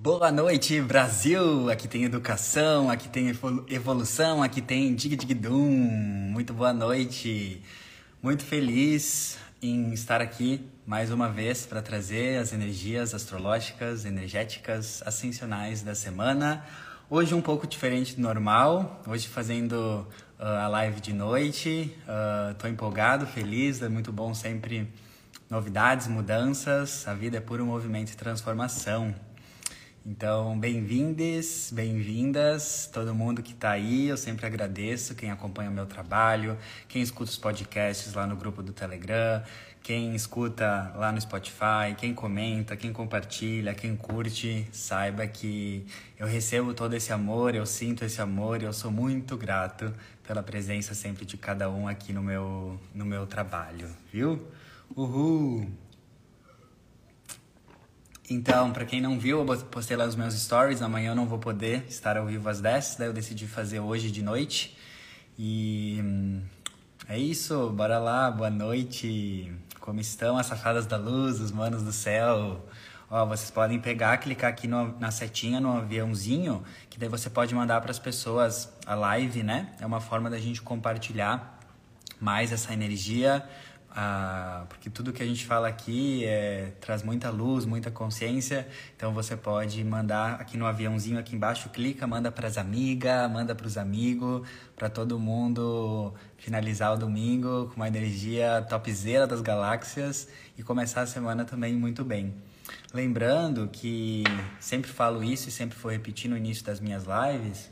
Boa noite, Brasil! Aqui tem educação, aqui tem evolução, aqui tem dig-dig-dum. Muito boa noite. Muito feliz em estar aqui mais uma vez para trazer as energias astrológicas, energéticas, ascensionais da semana. Hoje um pouco diferente do normal, hoje fazendo a live de noite. Tô empolgado, feliz, é muito bom sempre novidades, mudanças. A vida é puro movimento e transformação. Então, bem-vindes, bem-vindas, todo mundo que está aí, eu sempre agradeço quem acompanha o meu trabalho, quem escuta os podcasts lá no grupo do Telegram, quem escuta lá no Spotify, quem comenta, quem compartilha, quem curte, saiba que eu recebo todo esse amor, eu sinto esse amor e eu sou muito grato pela presença sempre de cada um aqui no meu trabalho, viu? Uhul! Então, pra quem não viu, eu postei lá os meus stories, amanhã eu não vou poder estar ao vivo às 10, daí eu decidi fazer hoje de noite. E é isso, bora lá, boa noite. Como estão as safadas da luz, os manos do céu? Ó, vocês podem pegar, clicar aqui na setinha, no aviãozinho, que daí você pode mandar para as pessoas a live, né? É uma forma da gente compartilhar mais essa energia, porque tudo que a gente fala aqui traz muita luz, muita consciência. Então você pode mandar aqui no aviãozinho aqui embaixo, clica, manda para as amigas, manda para os amigos, para todo mundo finalizar o domingo com uma energia topzera das galáxias e começar a semana também muito bem. Lembrando que sempre falo isso e sempre vou repetir no início das minhas lives,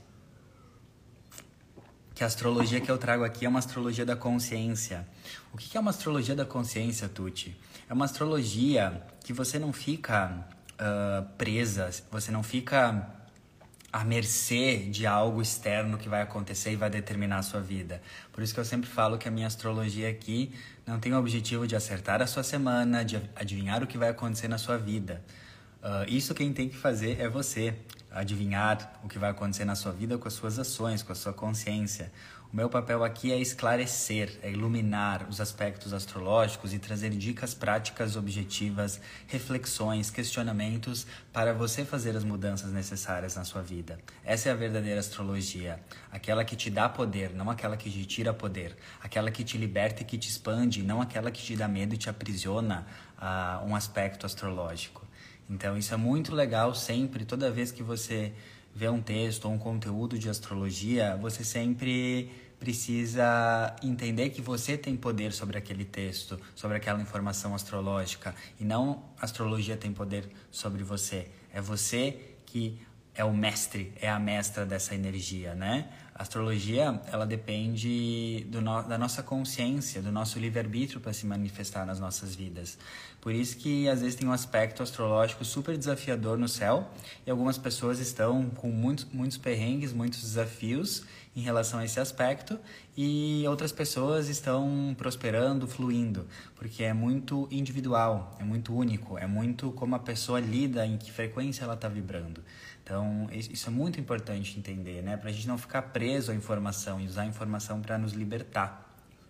que a astrologia que eu trago aqui é uma astrologia da consciência. O que é uma astrologia da consciência, Tuti? É uma astrologia que você não fica presa, você não fica à mercê de algo externo que vai acontecer e vai determinar a sua vida. Por isso que eu sempre falo que a minha astrologia aqui não tem o objetivo de acertar a sua semana, de adivinhar o que vai acontecer na sua vida. Isso quem tem que fazer é você, adivinhar o que vai acontecer na sua vida com as suas ações, com a sua consciência. O meu papel aqui é esclarecer, é iluminar os aspectos astrológicos e trazer dicas práticas, objetivas, reflexões, questionamentos para você fazer as mudanças necessárias na sua vida. Essa é a verdadeira astrologia, aquela que te dá poder, não aquela que te tira poder, aquela que te liberta e que te expande, não aquela que te dá medo e te aprisiona a um aspecto astrológico. Então isso é muito legal sempre, toda vez que você vê um texto ou um conteúdo de astrologia, você sempre precisa entender que você tem poder sobre aquele texto, sobre aquela informação astrológica, e não a astrologia tem poder sobre você. É você que é o mestre, é a mestra dessa energia, né? A astrologia, ela depende da nossa consciência, do nosso livre-arbítrio para se manifestar nas nossas vidas. Por isso que às vezes tem um aspecto astrológico super desafiador no céu e algumas pessoas estão com muitos perrengues, muitos desafios em relação a esse aspecto e outras pessoas estão prosperando, fluindo, porque é muito individual, é muito único, é muito como a pessoa lida, em que frequência ela está vibrando. Então, isso é muito importante entender, né? Para a gente não ficar preso à informação e usar a informação para nos libertar.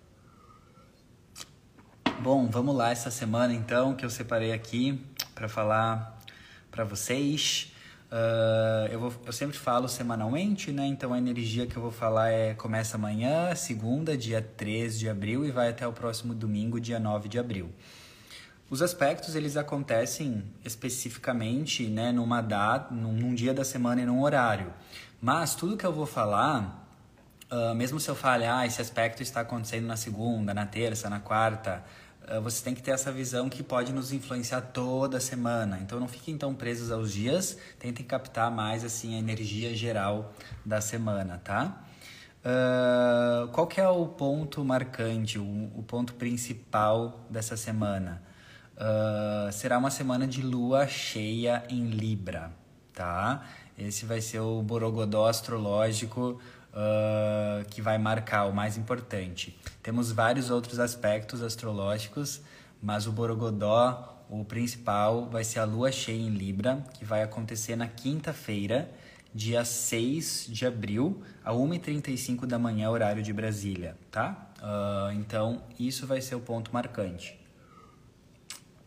Bom, vamos lá essa semana então, que eu separei aqui para falar para vocês. Eu sempre falo semanalmente, né? Então a energia que eu vou falar começa amanhã, segunda, dia 3 de abril, e vai até o próximo domingo, dia 9 de abril. Os aspectos, eles acontecem especificamente, né, numa data, num dia da semana e num horário. Mas tudo que eu vou falar, mesmo se eu falar, esse aspecto está acontecendo na segunda, na terça, na quarta, você tem que ter essa visão que pode nos influenciar toda a semana. Então não fiquem tão presos aos dias, tentem captar mais assim a energia geral da semana, tá? Qual que é o ponto marcante, o ponto principal dessa semana? Será uma semana de lua cheia em Libra, tá? Esse vai ser o borogodó astrológico que vai marcar o mais importante. Temos vários outros aspectos astrológicos, mas o borogodó, o principal, vai ser a lua cheia em Libra, que vai acontecer na quinta-feira, dia 6 de abril, a 1h35 da manhã, horário de Brasília, tá? Então, isso vai ser o ponto marcante.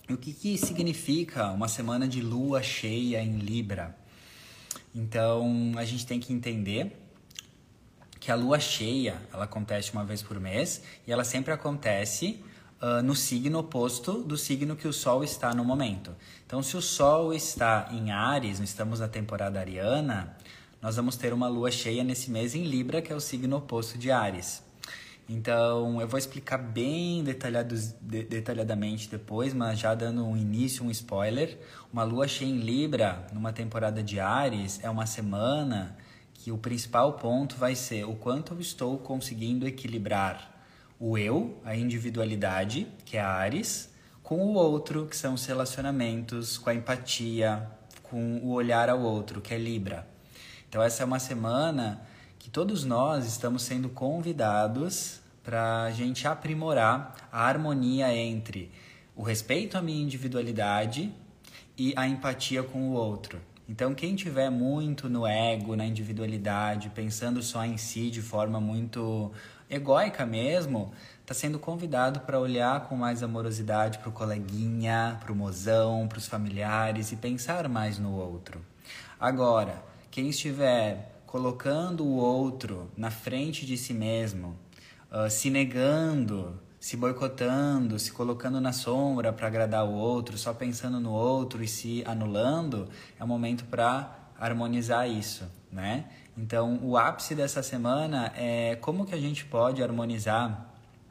E o que que significa uma semana de lua cheia em Libra? Então, a gente tem que entender que a lua cheia, ela acontece uma vez por mês e ela sempre acontece no signo oposto do signo que o Sol está no momento. Então, se o Sol está em Áries, nós estamos na temporada ariana, nós vamos ter uma lua cheia nesse mês em Libra, que é o signo oposto de Áries. Então, eu vou explicar bem detalhadamente depois, mas já dando um início, um spoiler. Uma lua cheia em Libra, numa temporada de Áries, é uma semana que o principal ponto vai ser o quanto eu estou conseguindo equilibrar o eu, a individualidade, que é a Áries, com o outro, que são os relacionamentos, com a empatia, com o olhar ao outro, que é Libra. Então essa é uma semana que todos nós estamos sendo convidados para a gente aprimorar a harmonia entre o respeito à minha individualidade e a empatia com o outro. Então quem tiver muito no ego, na individualidade, pensando só em si de forma muito egóica mesmo, está sendo convidado para olhar com mais amorosidade para o coleguinha, para o mozão, para os familiares e pensar mais no outro. Agora, quem estiver colocando o outro na frente de si mesmo, se negando, se boicotando, se colocando na sombra para agradar o outro, só pensando no outro e se anulando, é o momento para harmonizar isso, né? Então, o ápice dessa semana é como que a gente pode harmonizar,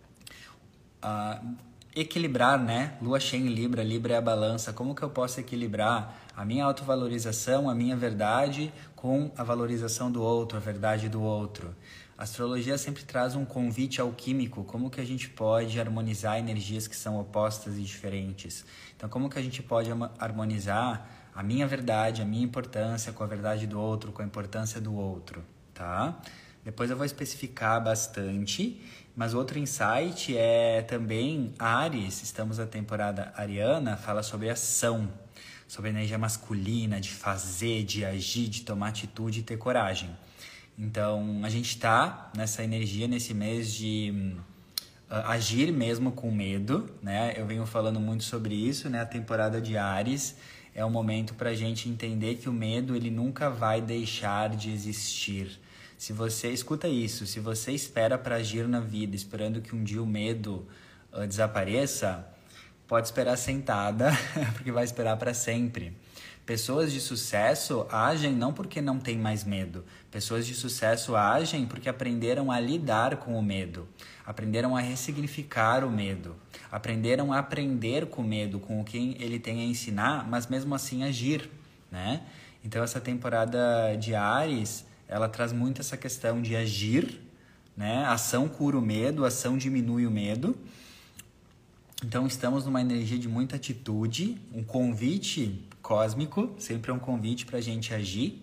equilibrar, né? Lua cheia em Libra, Libra é a balança. Como que eu posso equilibrar a minha autovalorização, a minha verdade, com a valorização do outro, a verdade do outro? A astrologia sempre traz um convite alquímico, como que a gente pode harmonizar energias que são opostas e diferentes. Então, como que a gente pode harmonizar a minha verdade, a minha importância com a verdade do outro, com a importância do outro, tá? Depois eu vou especificar bastante, mas outro insight é também Áries, estamos na temporada ariana, fala sobre ação, sobre a energia masculina, de fazer, de agir, de tomar atitude e ter coragem. Então, a gente está nessa energia, nesse mês de agir mesmo com medo, né? Eu venho falando muito sobre isso, né? A temporada de Áries é um momento para a gente entender que o medo, ele nunca vai deixar de existir. Se você, escuta isso, se você espera para agir na vida, esperando que um dia o medo desapareça, pode esperar sentada, porque vai esperar para sempre. Pessoas de sucesso agem não porque não têm mais medo. Pessoas de sucesso agem porque aprenderam a lidar com o medo. Aprenderam a ressignificar o medo. Aprenderam a aprender com o medo, com o que ele tem a ensinar, mas mesmo assim agir, né? Então essa temporada de Áries, ela traz muito essa questão de agir, né? Ação cura o medo, ação diminui o medo. Então estamos numa energia de muita atitude, um convite cósmico, sempre é um convite para a gente agir.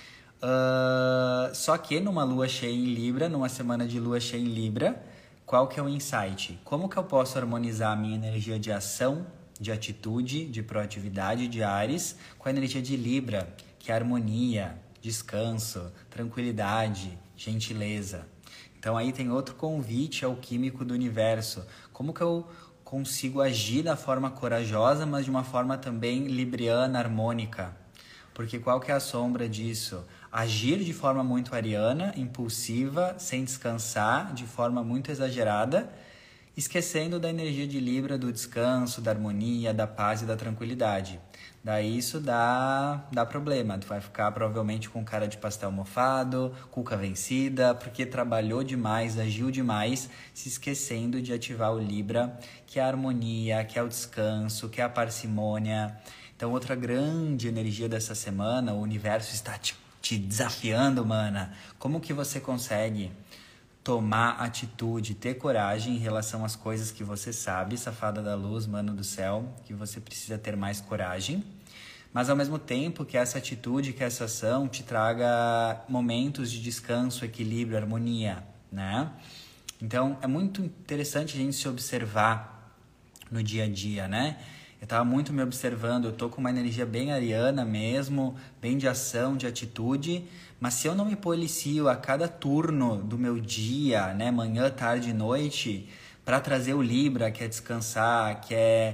Só que numa lua cheia em Libra, numa semana de lua cheia em Libra, qual que é o insight? Como que eu posso harmonizar a minha energia de ação, de atitude, de proatividade de Áries com a energia de Libra, que é harmonia, descanso, tranquilidade, gentileza. Então aí tem outro convite alquímico do universo. Como que eu consigo agir da forma corajosa, mas de uma forma também libriana, harmônica? Porque qual que é a sombra disso? Agir de forma muito ariana, impulsiva, sem descansar, de forma muito exagerada, esquecendo da energia de Libra, do descanso, da harmonia, da paz e da tranquilidade. Daí isso dá problema, tu vai ficar provavelmente com cara de pastel mofado, cuca vencida, porque trabalhou demais, agiu demais, se esquecendo de ativar o Libra, que é a harmonia, que é o descanso, que é a parcimônia. Então outra grande energia dessa semana, o universo está te desafiando, mana. Como que você consegue tomar atitude, ter coragem em relação às coisas que você sabe, safada da luz, mano do céu, que você precisa ter mais coragem, mas ao mesmo tempo que essa atitude, que essa ação te traga momentos de descanso, equilíbrio, harmonia, né? Então é muito interessante a gente se observar no dia a dia, né? Eu estava muito me observando, eu tô com uma energia bem ariana mesmo, bem de ação, de atitude, mas se eu não me policio a cada turno do meu dia, né, manhã, tarde e noite, para trazer o Libra, que é descansar, que é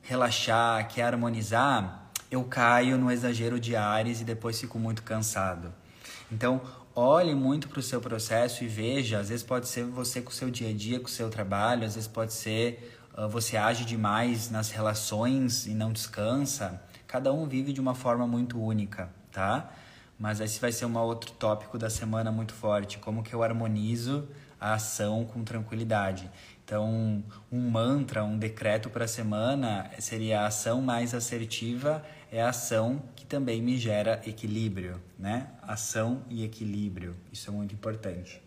relaxar, quer harmonizar, eu caio no exagero de Áries e depois fico muito cansado. Então, olhe muito para o seu processo e veja, às vezes pode ser você com o seu dia a dia, com o seu trabalho, às vezes pode ser você age demais nas relações e não descansa. Cada um vive de uma forma muito única, tá? Mas esse vai ser um outro tópico da semana muito forte, como que eu harmonizo a ação com tranquilidade. Então, um mantra, um decreto para a semana seria a ação mais assertiva, é a ação que também me gera equilíbrio, né? Ação e equilíbrio, isso é muito importante.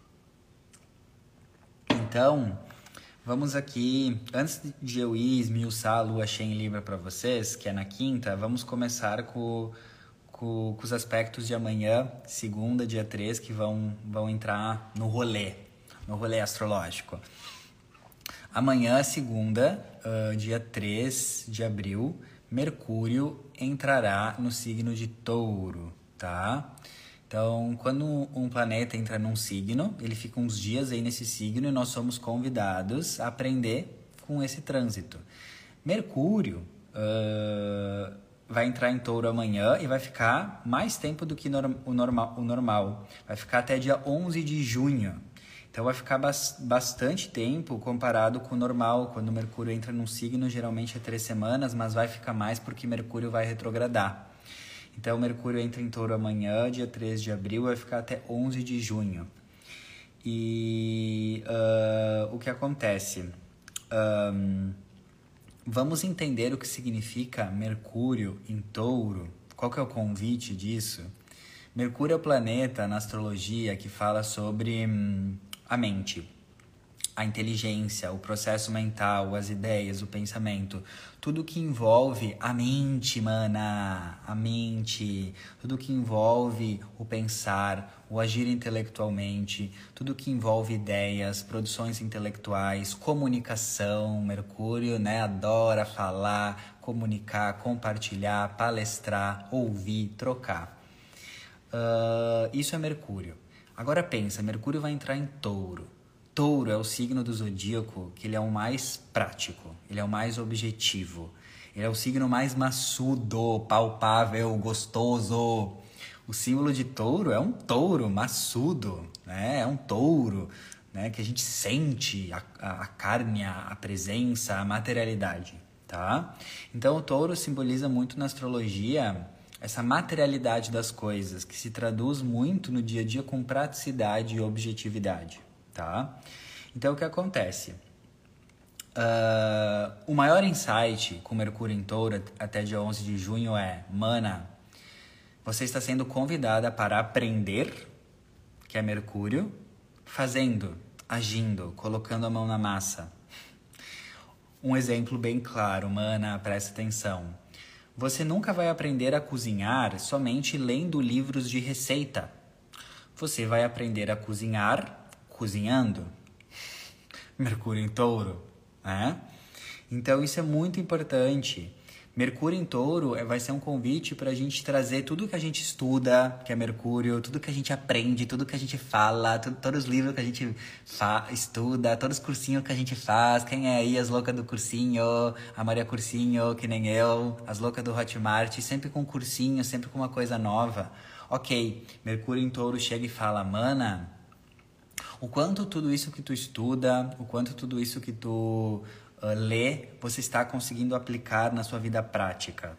Então, vamos aqui, antes de eu ir esmiuçar a lua cheia em Libra para vocês, que é na quinta, vamos começar com os aspectos de amanhã, segunda, dia 3, que vão entrar no rolê astrológico. Amanhã, segunda, dia 3 de abril, Mercúrio entrará no signo de Touro, tá? Então, quando um planeta entra num signo, ele fica uns dias aí nesse signo e nós somos convidados a aprender com esse trânsito. Mercúrio vai entrar em Touro amanhã e vai ficar mais tempo do que o normal. Vai ficar até dia 11 de junho. Então vai ficar bastante tempo comparado com o normal. Quando o Mercúrio entra num signo, geralmente é 3 semanas, mas vai ficar mais porque Mercúrio vai retrogradar. Então Mercúrio entra em Touro amanhã, dia 3 de abril, vai ficar até 11 de junho. E o que acontece? Vamos entender o que significa Mercúrio em Touro. Qual que é o convite disso? Mercúrio é o planeta na astrologia que fala sobre a mente, a inteligência, o processo mental, as ideias, o pensamento. Tudo que envolve a mente, mana, a mente. Tudo que envolve o pensar, o agir intelectualmente. Tudo que envolve ideias, produções intelectuais, comunicação. Mercúrio, né, adora falar, comunicar, compartilhar, palestrar, ouvir, trocar. Isso é Mercúrio. Agora pensa, Mercúrio vai entrar em Touro. Touro é o signo do zodíaco que ele é o mais prático, ele é o mais objetivo, ele é o signo mais maçudo, palpável, gostoso. O símbolo de Touro é um touro maçudo, né? É um touro, né? Que a gente sente a carne, a presença, a materialidade, tá? Então o touro simboliza muito na astrologia essa materialidade das coisas, que se traduz muito no dia a dia com praticidade e objetividade, tá? Então, o que acontece? O maior insight com Mercúrio em Touro até dia 11 de junho é: mana, você está sendo convidada para aprender, que é Mercúrio, fazendo, agindo, colocando a mão na massa. Um exemplo bem claro, mana, presta atenção. Você nunca vai aprender a cozinhar somente lendo livros de receita. Você vai aprender a cozinhar cozinhando. Mercúrio em Touro, né? Então isso é muito importante. Mercúrio em Touro vai ser um convite para a gente trazer tudo que a gente estuda, que é Mercúrio, tudo que a gente aprende, tudo que a gente fala, todos os livros que a gente estuda, todos os cursinhos que a gente faz. Quem é aí as loucas do cursinho? A Maria Cursinho, que nem eu, as loucas do Hotmart, sempre com cursinho, sempre com uma coisa nova. Ok, Mercúrio em Touro chega e fala: mana, o quanto tudo isso que tu estuda, o quanto tudo isso que tu lê, você está conseguindo aplicar na sua vida prática.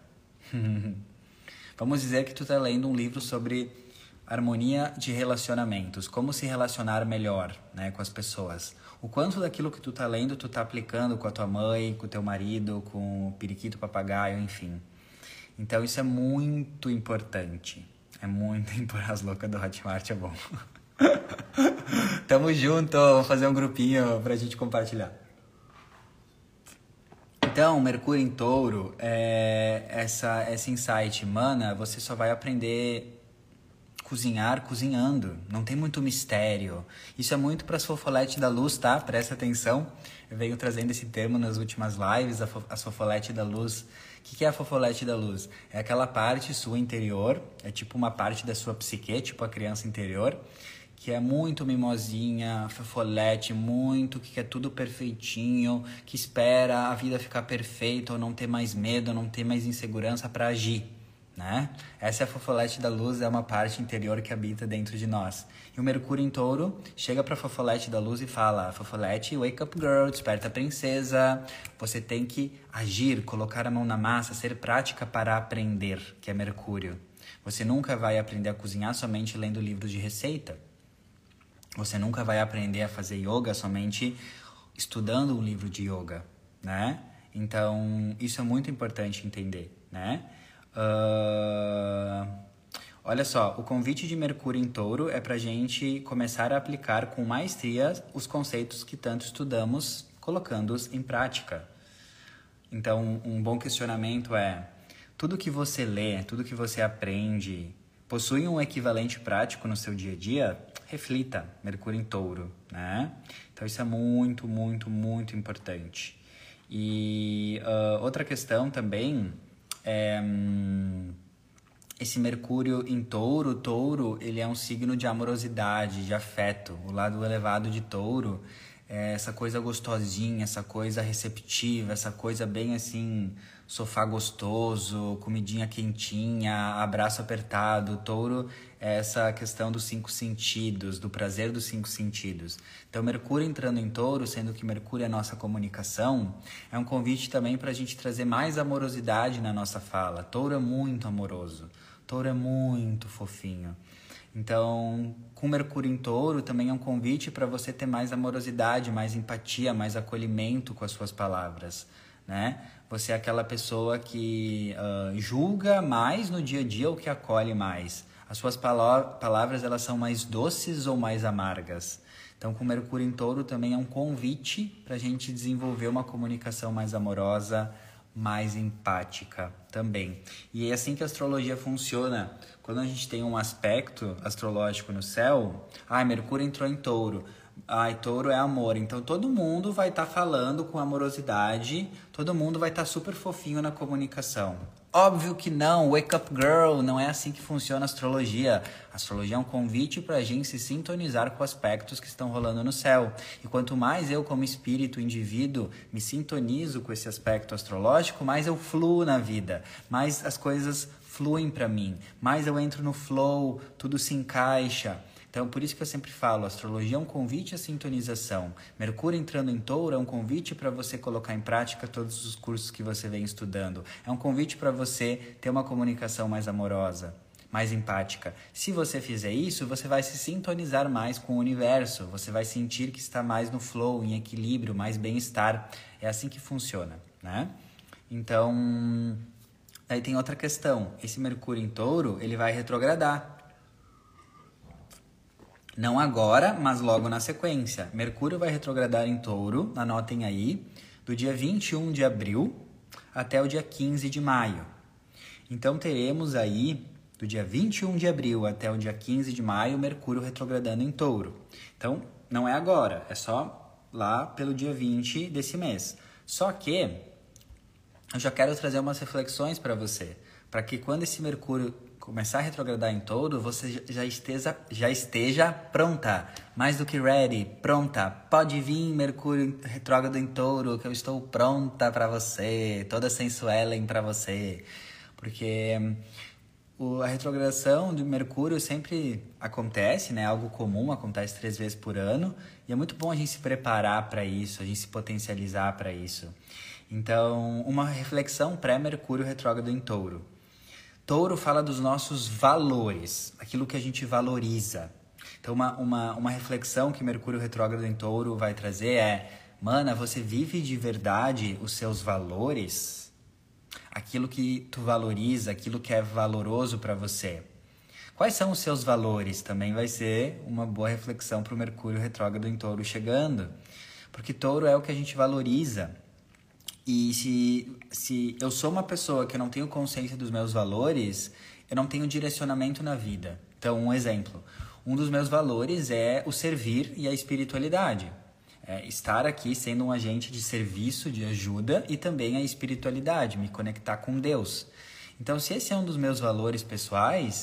Vamos dizer que tu está lendo um livro sobre harmonia de relacionamentos, como se relacionar melhor, né, com as pessoas. O quanto daquilo que tu está lendo, tu está aplicando com a tua mãe, com o teu marido, com o periquito, papagaio, enfim. Então isso é muito importante. É muito importante. As loucas do Hotmart é bom. Tamo junto, vamos fazer um grupinho pra gente compartilhar. Então, Mercúrio em Touro, esse insight, mana, você só vai aprender cozinhar cozinhando. Não tem muito mistério. Isso é muito para as fofoletes da luz, tá? Presta atenção. Eu venho trazendo esse termo nas últimas lives, a fofolete da luz. O que é a fofolete da luz? É aquela parte sua interior, é tipo uma parte da sua psique, tipo a criança interior, que é muito mimosinha, fofolete, muito, que quer tudo perfeitinho, que espera a vida ficar perfeita, ou não ter mais medo, ou não ter mais insegurança para agir, né? Essa é a fofolete da luz, é uma parte interior que habita dentro de nós. E o Mercúrio em Touro chega para a fofolete da luz e fala: fofolete, wake up girl, desperta princesa. Você tem que agir, colocar a mão na massa, ser prática para aprender, que é Mercúrio. Você nunca vai aprender a cozinhar somente lendo livros de receita. Você nunca vai aprender a fazer yoga somente estudando um livro de yoga, né? Então, isso é muito importante entender, né? Olha só, o convite de Mercúrio em Touro é para a gente começar a aplicar com maestria os conceitos que tanto estudamos, colocando-os em prática. Então, um bom questionamento é: tudo que você lê, tudo que você aprende, possui um equivalente prático no seu dia a dia? Reflita, Mercúrio em Touro, né? Então, isso é muito, muito, muito importante. E outra questão também é esse Mercúrio em Touro. Touro, ele é um signo de amorosidade, de afeto. O lado elevado de Touro é essa coisa gostosinha, essa coisa receptiva, essa coisa bem assim, sofá gostoso, comidinha quentinha, abraço apertado. Touro é essa questão dos 5 sentidos, do prazer dos 5 sentidos. Então, Mercúrio entrando em Touro, sendo que Mercúrio é a nossa comunicação, é um convite também para a gente trazer mais amorosidade na nossa fala. Touro é muito amoroso, Touro é muito fofinho. Então, com Mercúrio em Touro, também é um convite para você ter mais amorosidade, mais empatia, mais acolhimento com as suas palavras, né? Você é aquela pessoa que julga mais no dia a dia ou que acolhe mais. As suas palavras, elas são mais doces ou mais amargas? Então, com Mercúrio em Touro também é um convite para a gente desenvolver uma comunicação mais amorosa, mais empática também. E é assim que a astrologia funciona. Quando a gente tem um aspecto astrológico no céu, Mercúrio entrou em Touro. Touro é amor. Então todo mundo vai estar falando com amorosidade, todo mundo vai estar super fofinho na comunicação. Óbvio que não, wake up girl, não é assim que funciona a astrologia. A astrologia é um convite para a gente se sintonizar com aspectos que estão rolando no céu. E quanto mais eu, como espírito, indivíduo, me sintonizo com esse aspecto astrológico, mais eu fluo na vida, mais as coisas fluem para mim, mais eu entro no flow, tudo se encaixa. Então, por isso que eu sempre falo, a astrologia é um convite à sintonização. Mercúrio entrando em Touro é um convite para você colocar em prática todos os cursos que você vem estudando. É um convite para você ter uma comunicação mais amorosa, mais empática. Se você fizer isso, você vai se sintonizar mais com o universo. Você vai sentir que está mais no flow, em equilíbrio, mais bem-estar. É assim que funciona, né? Então, aí tem outra questão. Esse Mercúrio em Touro, ele vai retrogradar. Não agora, mas logo na sequência. Mercúrio vai retrogradar em Touro, anotem aí, do dia 21 de abril até o dia 15 de maio. Então teremos aí, do dia 21 de abril até o dia 15 de maio, Mercúrio retrogradando em Touro. Então, não é agora, é só lá pelo dia 20 desse mês. Só que eu já quero trazer umas reflexões para você, para que quando esse Mercúrio começar a retrogradar em Touro, você já esteja pronta, mais do que ready, pronta. Pode vir Mercúrio retrógrado em Touro, que eu estou pronta para você, toda sensuelen para você. Porque a retrogradação de Mercúrio sempre acontece, né? Algo comum, acontece 3 vezes por ano. E é muito bom a gente se preparar para isso, a gente se potencializar para isso. Então, uma reflexão pré-Mercúrio retrógrado em Touro. Touro fala dos nossos valores, aquilo que a gente valoriza. Então, uma reflexão que Mercúrio retrógrado em Touro vai trazer é: mana, você vive de verdade os seus valores? Aquilo que tu valoriza, aquilo que é valoroso para você. Quais são os seus valores? Também vai ser uma boa reflexão para o Mercúrio retrógrado em Touro chegando. Porque Touro é o que a gente valoriza. E se eu sou uma pessoa que não tenho consciência dos meus valores, eu não tenho direcionamento na vida. Então, um exemplo. Um dos meus valores é o servir e a espiritualidade. É estar aqui sendo um agente de serviço, de ajuda e também a espiritualidade, me conectar com Deus. Então, se esse é um dos meus valores pessoais,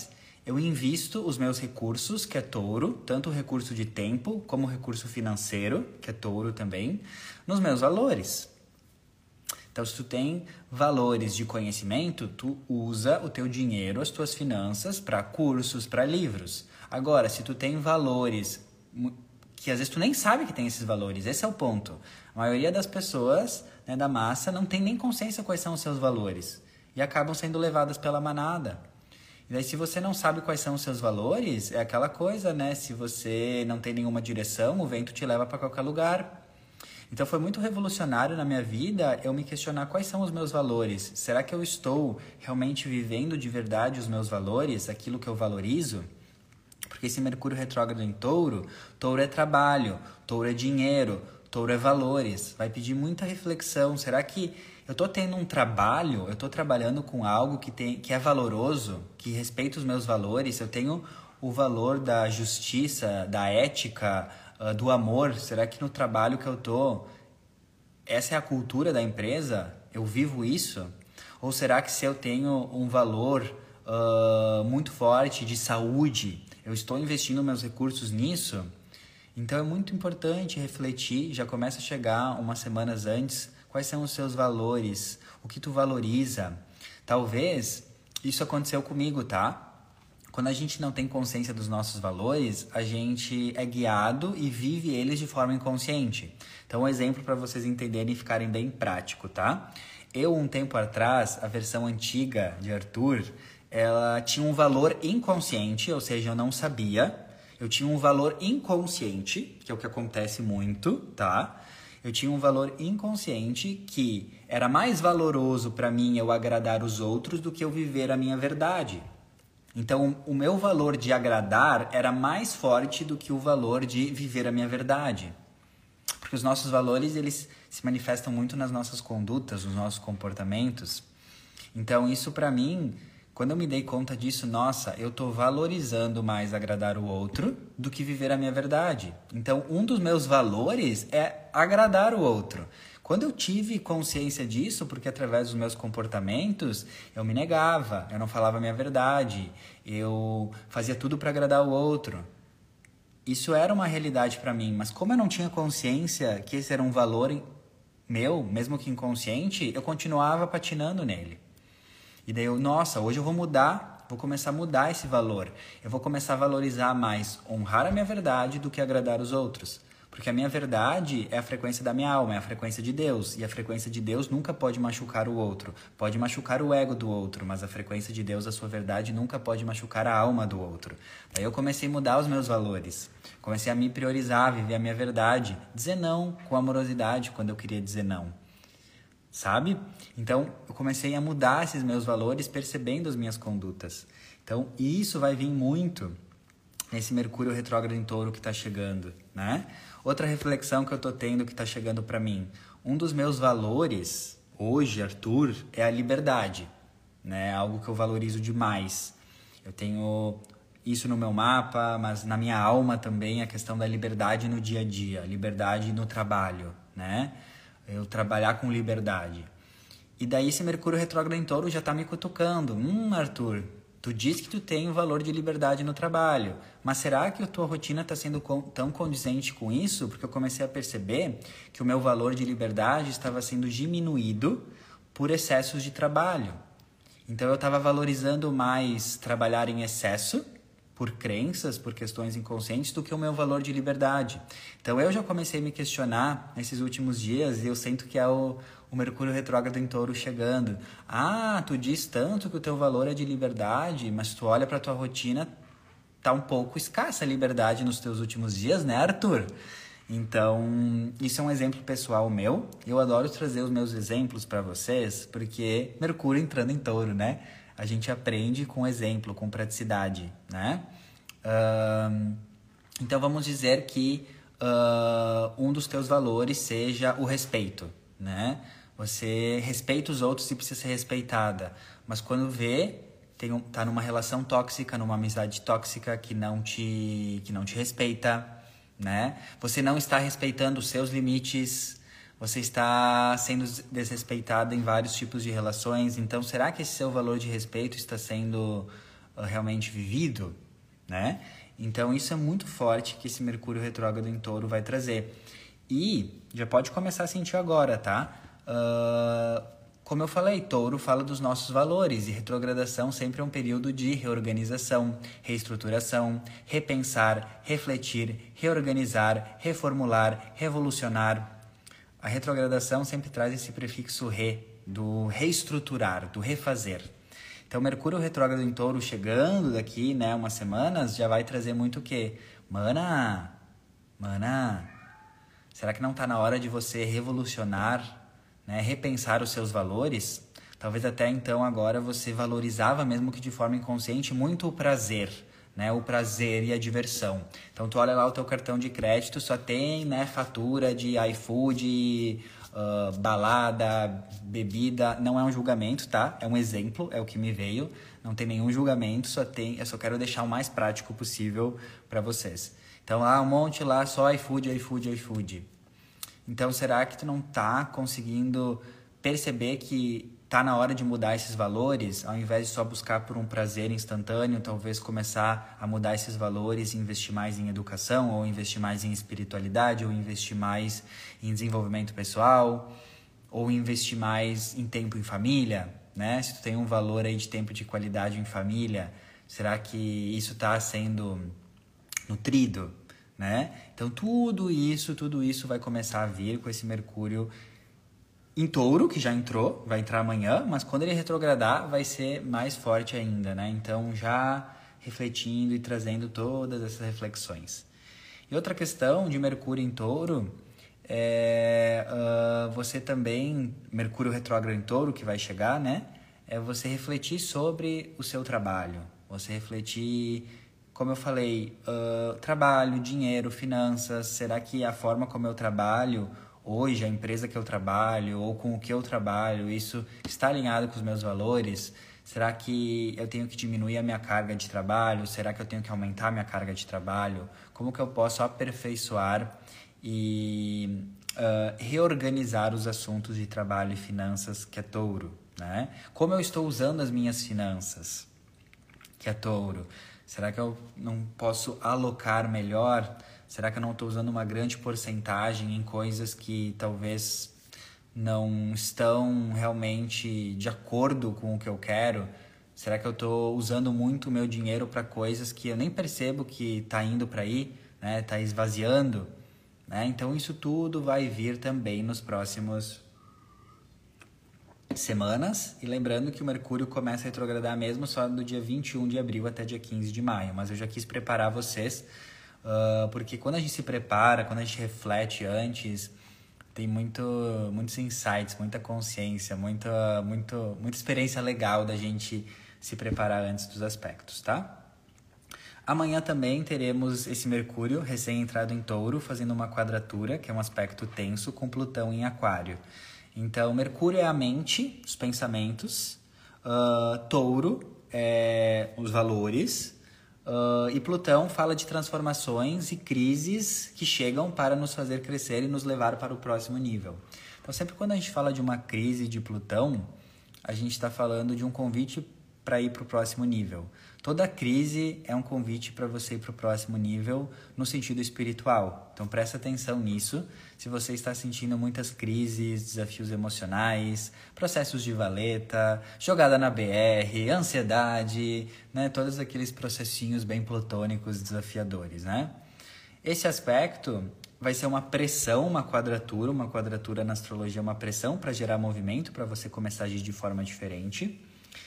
eu invisto os meus recursos, que é touro, tanto o recurso de tempo como o recurso financeiro, que é touro também, nos meus valores. Então, se tu tem valores de conhecimento, tu usa o teu dinheiro, as tuas finanças para cursos, para livros. Agora, se tu tem valores que às vezes tu nem sabe que tem esses valores, esse é o ponto. A maioria das pessoas, né, da massa não tem nem consciência quais são os seus valores e acabam sendo levadas pela manada. E daí, se você não sabe quais são os seus valores, é aquela coisa, né? Se você não tem nenhuma direção, o vento te leva para qualquer lugar. Então foi muito revolucionário na minha vida eu me questionar quais são os meus valores. Será que eu estou realmente vivendo de verdade os meus valores, aquilo que eu valorizo? Porque esse Mercúrio retrógrado em Touro, Touro é trabalho, Touro é dinheiro, Touro é valores. Vai pedir muita reflexão. Será que eu estou tendo um trabalho, eu estou trabalhando com algo que é valoroso, que respeita os meus valores? Eu tenho o valor da justiça, da ética, do amor? Será que no trabalho que eu tô, essa é a cultura da empresa? Eu vivo isso? Ou será que se eu tenho um valor muito forte de saúde, eu estou investindo meus recursos nisso? Então é muito importante refletir, já começa a chegar umas semanas antes, quais são os seus valores, o que tu valoriza. Talvez isso aconteceu comigo, tá? Quando a gente não tem consciência dos nossos valores, a gente é guiado e vive eles de forma inconsciente. Então, um exemplo para vocês entenderem e ficarem bem prático, tá? Eu, um tempo atrás, a versão antiga de Arthur, ela tinha um valor inconsciente, ou seja, eu não sabia. Eu tinha um valor inconsciente, que é o que acontece muito, tá? Eu tinha um valor inconsciente que era mais valoroso para mim eu agradar os outros do que eu viver a minha verdade. Então, o meu valor de agradar era mais forte do que o valor de viver a minha verdade. Porque os nossos valores, eles se manifestam muito nas nossas condutas, nos nossos comportamentos. Então, isso para mim, quando eu me dei conta disso, nossa, eu tô valorizando mais agradar o outro do que viver a minha verdade. Então, um dos meus valores é agradar o outro. Quando eu tive consciência disso, porque através dos meus comportamentos eu me negava, eu não falava a minha verdade, eu fazia tudo para agradar o outro. Isso era uma realidade para mim, mas como eu não tinha consciência que esse era um valor meu, mesmo que inconsciente, eu continuava patinando nele. E daí nossa, hoje eu vou mudar, vou começar a mudar esse valor. Eu vou começar a valorizar mais, honrar a minha verdade do que agradar os outros. Porque a minha verdade é a frequência da minha alma, é a frequência de Deus. E a frequência de Deus nunca pode machucar o outro. Pode machucar o ego do outro, mas a frequência de Deus, a sua verdade, nunca pode machucar a alma do outro. Daí eu comecei a mudar os meus valores. Comecei a me priorizar, viver a minha verdade. Dizer não com amorosidade quando eu queria dizer não. Sabe? Então, eu comecei a mudar esses meus valores percebendo as minhas condutas. Então, isso vai vir muito nesse Mercúrio retrógrado em Touro que está chegando, né? Outra reflexão que eu tô tendo que está chegando para mim. Um dos meus valores, hoje, Arthur, é a liberdade, né? Algo que eu valorizo demais. Eu tenho isso no meu mapa, mas na minha alma também a questão da liberdade no dia a dia, liberdade no trabalho, né? Eu trabalhar com liberdade. E daí esse Mercúrio retrógrado em Touro já tá me cutucando. Arthur, tu diz que tu tem o valor de liberdade no trabalho, mas será que a tua rotina está sendo tão condizente com isso? Porque eu comecei a perceber que o meu valor de liberdade estava sendo diminuído por excessos de trabalho. Então eu estava valorizando mais trabalhar em excesso, por crenças, por questões inconscientes, do que o meu valor de liberdade. Então eu já comecei a me questionar nesses últimos dias e eu sinto que é o Mercúrio retrógrado em Touro chegando. Ah, tu diz tanto que o teu valor é de liberdade, mas tu olha para tua rotina, tá um pouco escassa a liberdade nos teus últimos dias, né, Arthur? Então, isso é um exemplo pessoal meu. Eu adoro trazer os meus exemplos para vocês, porque Mercúrio entrando em Touro, né? A gente aprende com exemplo, com praticidade, né? Então, vamos dizer que um dos teus valores seja o respeito, né? Você respeita os outros e precisa ser respeitada. Mas quando vê, tá numa relação tóxica, numa amizade tóxica que não te respeita, né? Você não está respeitando os seus limites, você está sendo desrespeitado em vários tipos de relações. Então, será que esse seu valor de respeito está sendo realmente vivido, né? Então isso é muito forte que esse Mercúrio retrógrado em Touro vai trazer. E já pode começar a sentir agora, tá? Como eu falei, Touro fala dos nossos valores e retrogradação sempre é um período de reorganização, reestruturação, repensar, refletir, reorganizar, reformular, revolucionar. A retrogradação sempre traz esse prefixo re, do reestruturar, do refazer. Então, Mercúrio retrógrado em Touro chegando daqui, né, umas semanas, já vai trazer muito o quê? Mana, será que não está na hora de você revolucionar, né, repensar os seus valores? Talvez até então agora você valorizava, mesmo que de forma inconsciente, muito o prazer, né, o prazer e a diversão. Então tu olha lá o teu cartão de crédito, só tem, né, fatura de iFood, balada, bebida. Não é um julgamento, tá? É um exemplo, é o que me veio. Não tem nenhum julgamento, eu só quero deixar o mais prático possível para vocês. Então lá um monte lá, só iFood. Então será que tu não tá conseguindo perceber que tá na hora de mudar esses valores, ao invés de só buscar por um prazer instantâneo, talvez começar a mudar esses valores e investir mais em educação, ou investir mais em espiritualidade, ou investir mais em desenvolvimento pessoal, ou investir mais em tempo em família, né? Se tu tem um valor aí de tempo de qualidade em família, será que isso está sendo nutrido, né? Então tudo isso vai começar a vir com esse Mercúrio em Touro, que já entrou, vai entrar amanhã, mas quando ele retrogradar vai ser mais forte ainda, né? Então já refletindo e trazendo todas essas reflexões. E outra questão de Mercúrio em Touro é você também, Mercúrio retrógrado em Touro, que vai chegar, né? É você refletir sobre o seu trabalho, você refletir, como eu falei, trabalho, dinheiro, finanças. Será que a forma como eu trabalho hoje, a empresa que eu trabalho ou com o que eu trabalho, isso está alinhado com os meus valores? Será que eu tenho que diminuir a minha carga de trabalho? Será que eu tenho que aumentar a minha carga de trabalho? Como que eu posso aperfeiçoar e reorganizar os assuntos de trabalho e finanças, que é Touro, né? Como eu estou usando as minhas finanças, que é Touro? Será que eu não posso alocar melhor? Será que eu não estou usando uma grande porcentagem em coisas que talvez não estão realmente de acordo com o que eu quero? Será que eu estou usando muito o meu dinheiro para coisas que eu nem percebo que está indo para aí, né? Está esvaziando, né? Então isso tudo vai vir também nos próximos semanas. E lembrando que o Mercúrio começa a retrogradar mesmo só do dia 21 de abril até dia 15 de maio. Mas eu já quis preparar vocês, porque quando a gente se prepara, quando a gente reflete antes, tem muitos insights, muita consciência, muita experiência legal da gente se preparar antes dos aspectos, tá? Amanhã também teremos esse Mercúrio recém-entrado em Touro, fazendo uma quadratura, que é um aspecto tenso, com Plutão em Aquário. Então, Mercúrio é a mente, os pensamentos, Touro é os valores, e Plutão fala de transformações e crises que chegam para nos fazer crescer e nos levar para o próximo nível. Então, sempre quando a gente fala de uma crise de Plutão, a gente está falando de um convite para ir para o próximo nível. Toda crise é um convite para você ir para o próximo nível no sentido espiritual. Então presta atenção nisso. Se você está sentindo muitas crises, desafios emocionais, processos de valeta, jogada na BR, ansiedade, né? Todos aqueles processinhos bem plutônicos desafiadores, né? Esse aspecto vai ser uma pressão, uma quadratura na astrologia é uma pressão para gerar movimento, para você começar a agir de forma diferente.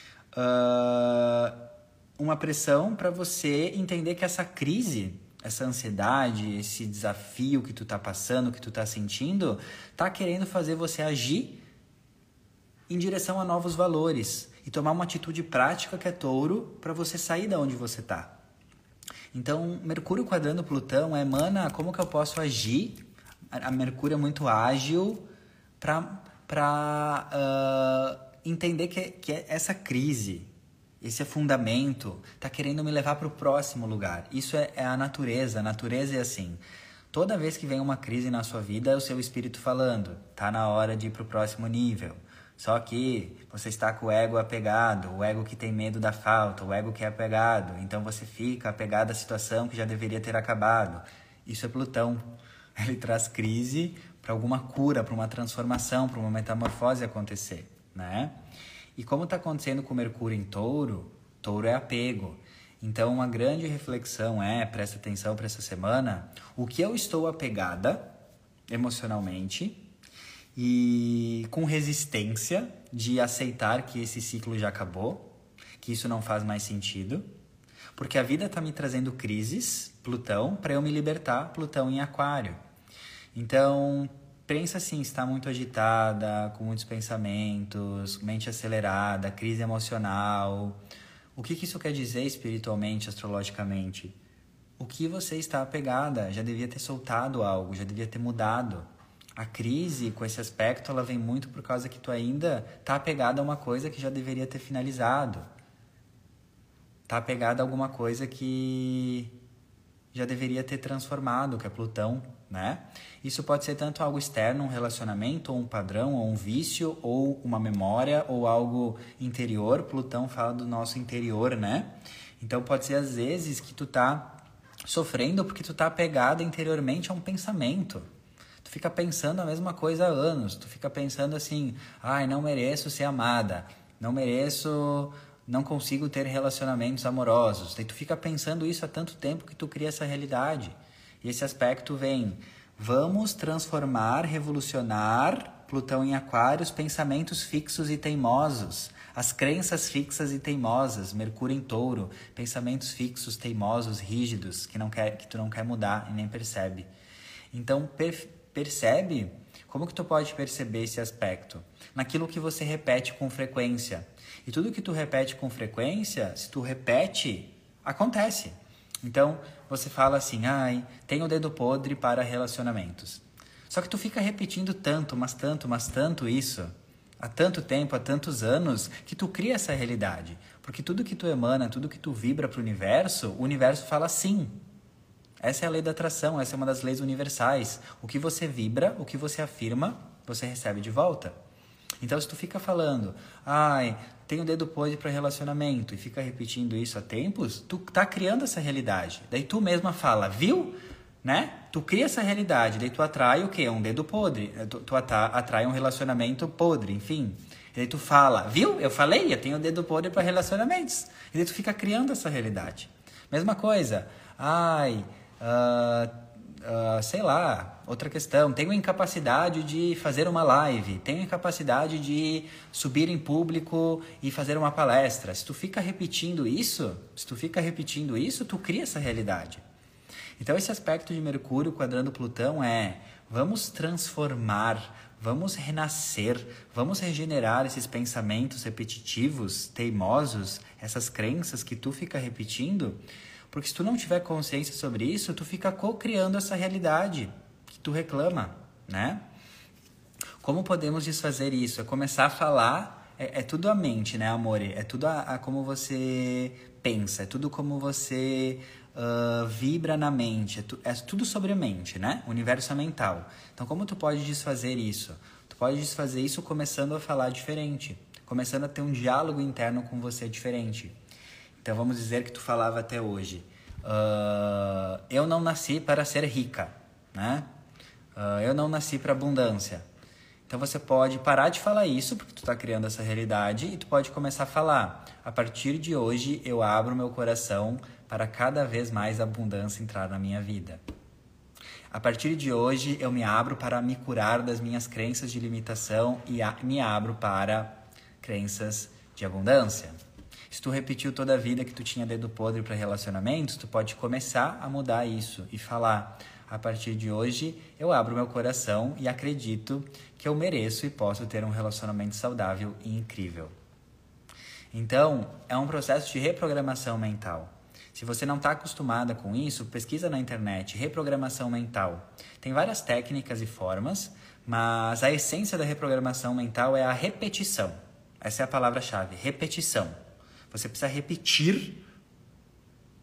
Uma pressão para você entender que essa crise, essa ansiedade, esse desafio que tu tá passando, que tu tá sentindo, tá querendo fazer você agir em direção a novos valores e tomar uma atitude prática, que é Touro, para você sair da onde você tá. Então, Mercúrio quadrando Plutão mana, como que eu posso agir? A Mercúrio é muito ágil para entender que essa crise, esse afundamento, está querendo me levar para o próximo lugar. Isso é a natureza é assim. Toda vez que vem uma crise na sua vida, é o seu espírito falando, tá na hora de ir para o próximo nível. Só que você está com o ego apegado, o ego que tem medo da falta, o ego que é apegado. Então você fica apegado à situação que já deveria ter acabado. Isso é Plutão. Ele traz crise para alguma cura, para uma transformação, para uma metamorfose acontecer, né? E como está acontecendo com Mercúrio em Touro, Touro é apego. Então uma grande reflexão presta atenção para essa semana, o que eu estou apegada emocionalmente e com resistência de aceitar que esse ciclo já acabou, que isso não faz mais sentido, porque a vida está me trazendo crises, Plutão, para eu me libertar, Plutão em Aquário. Então, pensa assim, está muito agitada, com muitos pensamentos, mente acelerada, crise emocional. O que isso quer dizer espiritualmente, astrologicamente? O que você está apegada? Já devia ter soltado algo, já devia ter mudado. A crise, com esse aspecto, ela vem muito por causa que tu ainda está apegada a uma coisa que já deveria ter finalizado. Está apegada a alguma coisa que já deveria ter transformado, que é Plutão, né? Isso pode ser tanto algo externo, um relacionamento, ou um padrão, ou um vício, ou uma memória, ou algo interior. Plutão fala do nosso interior, né? Então pode ser às vezes que tu tá sofrendo porque tu tá apegado interiormente a um pensamento. Tu fica pensando a mesma coisa há anos. Tu fica pensando assim, não mereço ser amada, não consigo ter relacionamentos amorosos. Daí tu fica pensando isso há tanto tempo que tu cria essa realidade. E esse aspecto vem, vamos transformar, revolucionar, Plutão em Aquário, os pensamentos fixos e teimosos, as crenças fixas e teimosas, Mercúrio em Touro, pensamentos fixos, teimosos, rígidos, que tu não quer mudar e nem percebe. Então, percebe como que tu pode perceber esse aspecto? Naquilo que você repete com frequência. E tudo que tu repete com frequência, se tu repete, acontece. Então, você fala assim, tenho o dedo podre para relacionamentos. Só que tu fica repetindo tanto, mas tanto isso, há tanto tempo, há tantos anos, que tu cria essa realidade. Porque tudo que tu emana, tudo que tu vibra para o universo fala sim. Essa é a lei da atração, essa é uma das leis universais. O que você vibra, o que você afirma, você recebe de volta. Então, se tu fica falando, tenho dedo podre para relacionamento, e fica repetindo isso há tempos, tu tá criando essa realidade. Daí tu mesma fala, viu? Né? Tu cria essa realidade, daí tu atrai o quê? Um dedo podre. Tu atrai um relacionamento podre, enfim. E daí tu fala, viu? Eu falei, eu tenho dedo podre para relacionamentos. E daí tu fica criando essa realidade. Mesma coisa. Sei lá, outra questão, tenho incapacidade de fazer uma live, tenho incapacidade de subir em público e fazer uma palestra. Se tu fica repetindo isso, tu cria essa realidade. Então esse aspecto de Mercúrio quadrando Plutão vamos transformar, vamos renascer, vamos regenerar esses pensamentos repetitivos, teimosos, essas crenças que tu fica repetindo. Porque se tu não tiver consciência sobre isso, tu fica co-criando essa realidade que tu reclama, né? Como podemos desfazer isso? É começar a falar, é tudo a mente, né, amor? É tudo a como você pensa, é tudo como você vibra na mente, é tudo sobre a mente, né? O universo é mental. Então, como tu pode desfazer isso? Tu pode desfazer isso começando a falar diferente, começando a ter um diálogo interno com você diferente. Então, vamos dizer que tu falava até hoje, eu não nasci para ser rica, né? Eu não nasci para abundância. Então, você pode parar de falar isso, porque tu está criando essa realidade, e tu pode começar a falar, a partir de hoje, eu abro meu coração para cada vez mais abundância entrar na minha vida. A partir de hoje, eu me abro para me curar das minhas crenças de limitação e me abro para crenças de abundância. Se tu repetiu toda a vida que tu tinha dedo podre para relacionamentos, tu pode começar a mudar isso e falar, a partir de hoje eu abro meu coração e acredito que eu mereço e posso ter um relacionamento saudável e incrível. Então, é um processo de reprogramação mental. Se você não está acostumada com isso, pesquisa na internet, reprogramação mental. Tem várias técnicas e formas, mas a essência da reprogramação mental é a repetição. Essa é a palavra-chave, repetição. Você precisa repetir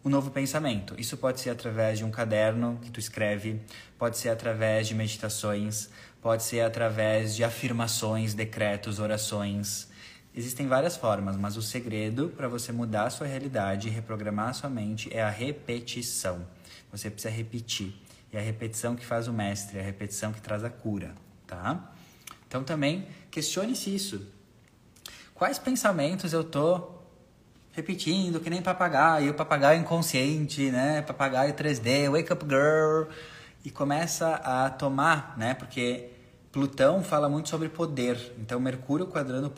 um novo pensamento. Isso pode ser através de um caderno que tu escreve, pode ser através de meditações, pode ser através de afirmações, decretos, orações. Existem várias formas, mas o segredo para você mudar a sua realidade e reprogramar a sua mente é a repetição. Você precisa repetir. E é a repetição que faz o mestre, é a repetição que traz a cura, tá? Então também questione-se isso. Quais pensamentos eu tô repetindo, que nem papagaio, papagaio inconsciente, né? Papagaio 3D, wake up girl. E começa a tomar, né? Porque Plutão fala muito sobre poder. Então Mercúrio quadrando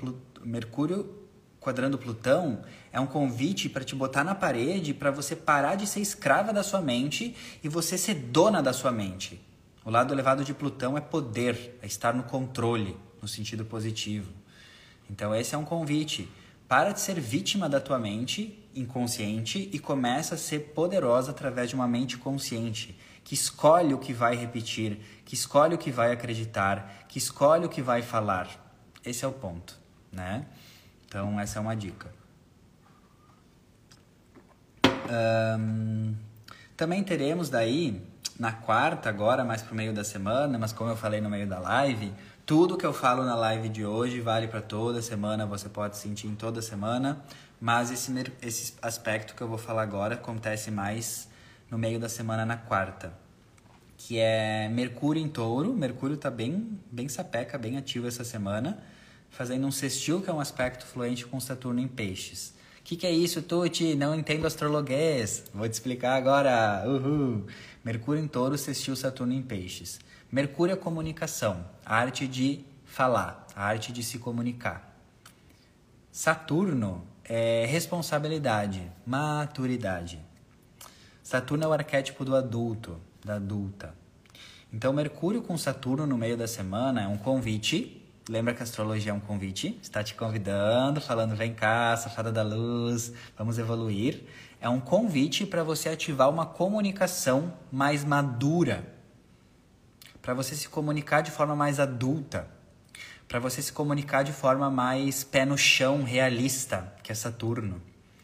Plutão é um convite para te botar na parede, para você parar de ser escrava da sua mente e você ser dona da sua mente. O lado elevado de Plutão é poder, é estar no controle, no sentido positivo. Então esse é um convite. Para de ser vítima da tua mente inconsciente e começa a ser poderosa através de uma mente consciente, que escolhe o que vai repetir, que escolhe o que vai acreditar, que escolhe o que vai falar. Esse é o ponto, né? Então essa é uma dica. Também teremos daí, na quarta agora, mais pro meio da semana, mas como eu falei no meio da live, tudo que eu falo na live de hoje vale para toda semana, você pode sentir em toda semana, mas esse aspecto que eu vou falar agora acontece mais no meio da semana, na quarta, que é Mercúrio em Touro. Mercúrio tá bem sapeca, bem ativo essa semana, fazendo um sextil, que é um aspecto fluente com Saturno em Peixes. O que é isso, Tuti? Não entendo astrologuês. Vou te explicar agora. Uhul! Mercúrio em Touro, sextil Saturno em Peixes. Mercúrio é comunicação, a arte de falar, a arte de se comunicar. Saturno é responsabilidade, maturidade. Saturno é o arquétipo do adulto, da adulta. Então, Mercúrio com Saturno no meio da semana é um convite. Lembra que a astrologia é um convite? Está te convidando, falando, vem cá, safada da luz, vamos evoluir. É um convite para você ativar uma comunicação mais madura, para você se comunicar de forma mais adulta, para você se comunicar de forma mais pé no chão, realista, que é Saturno.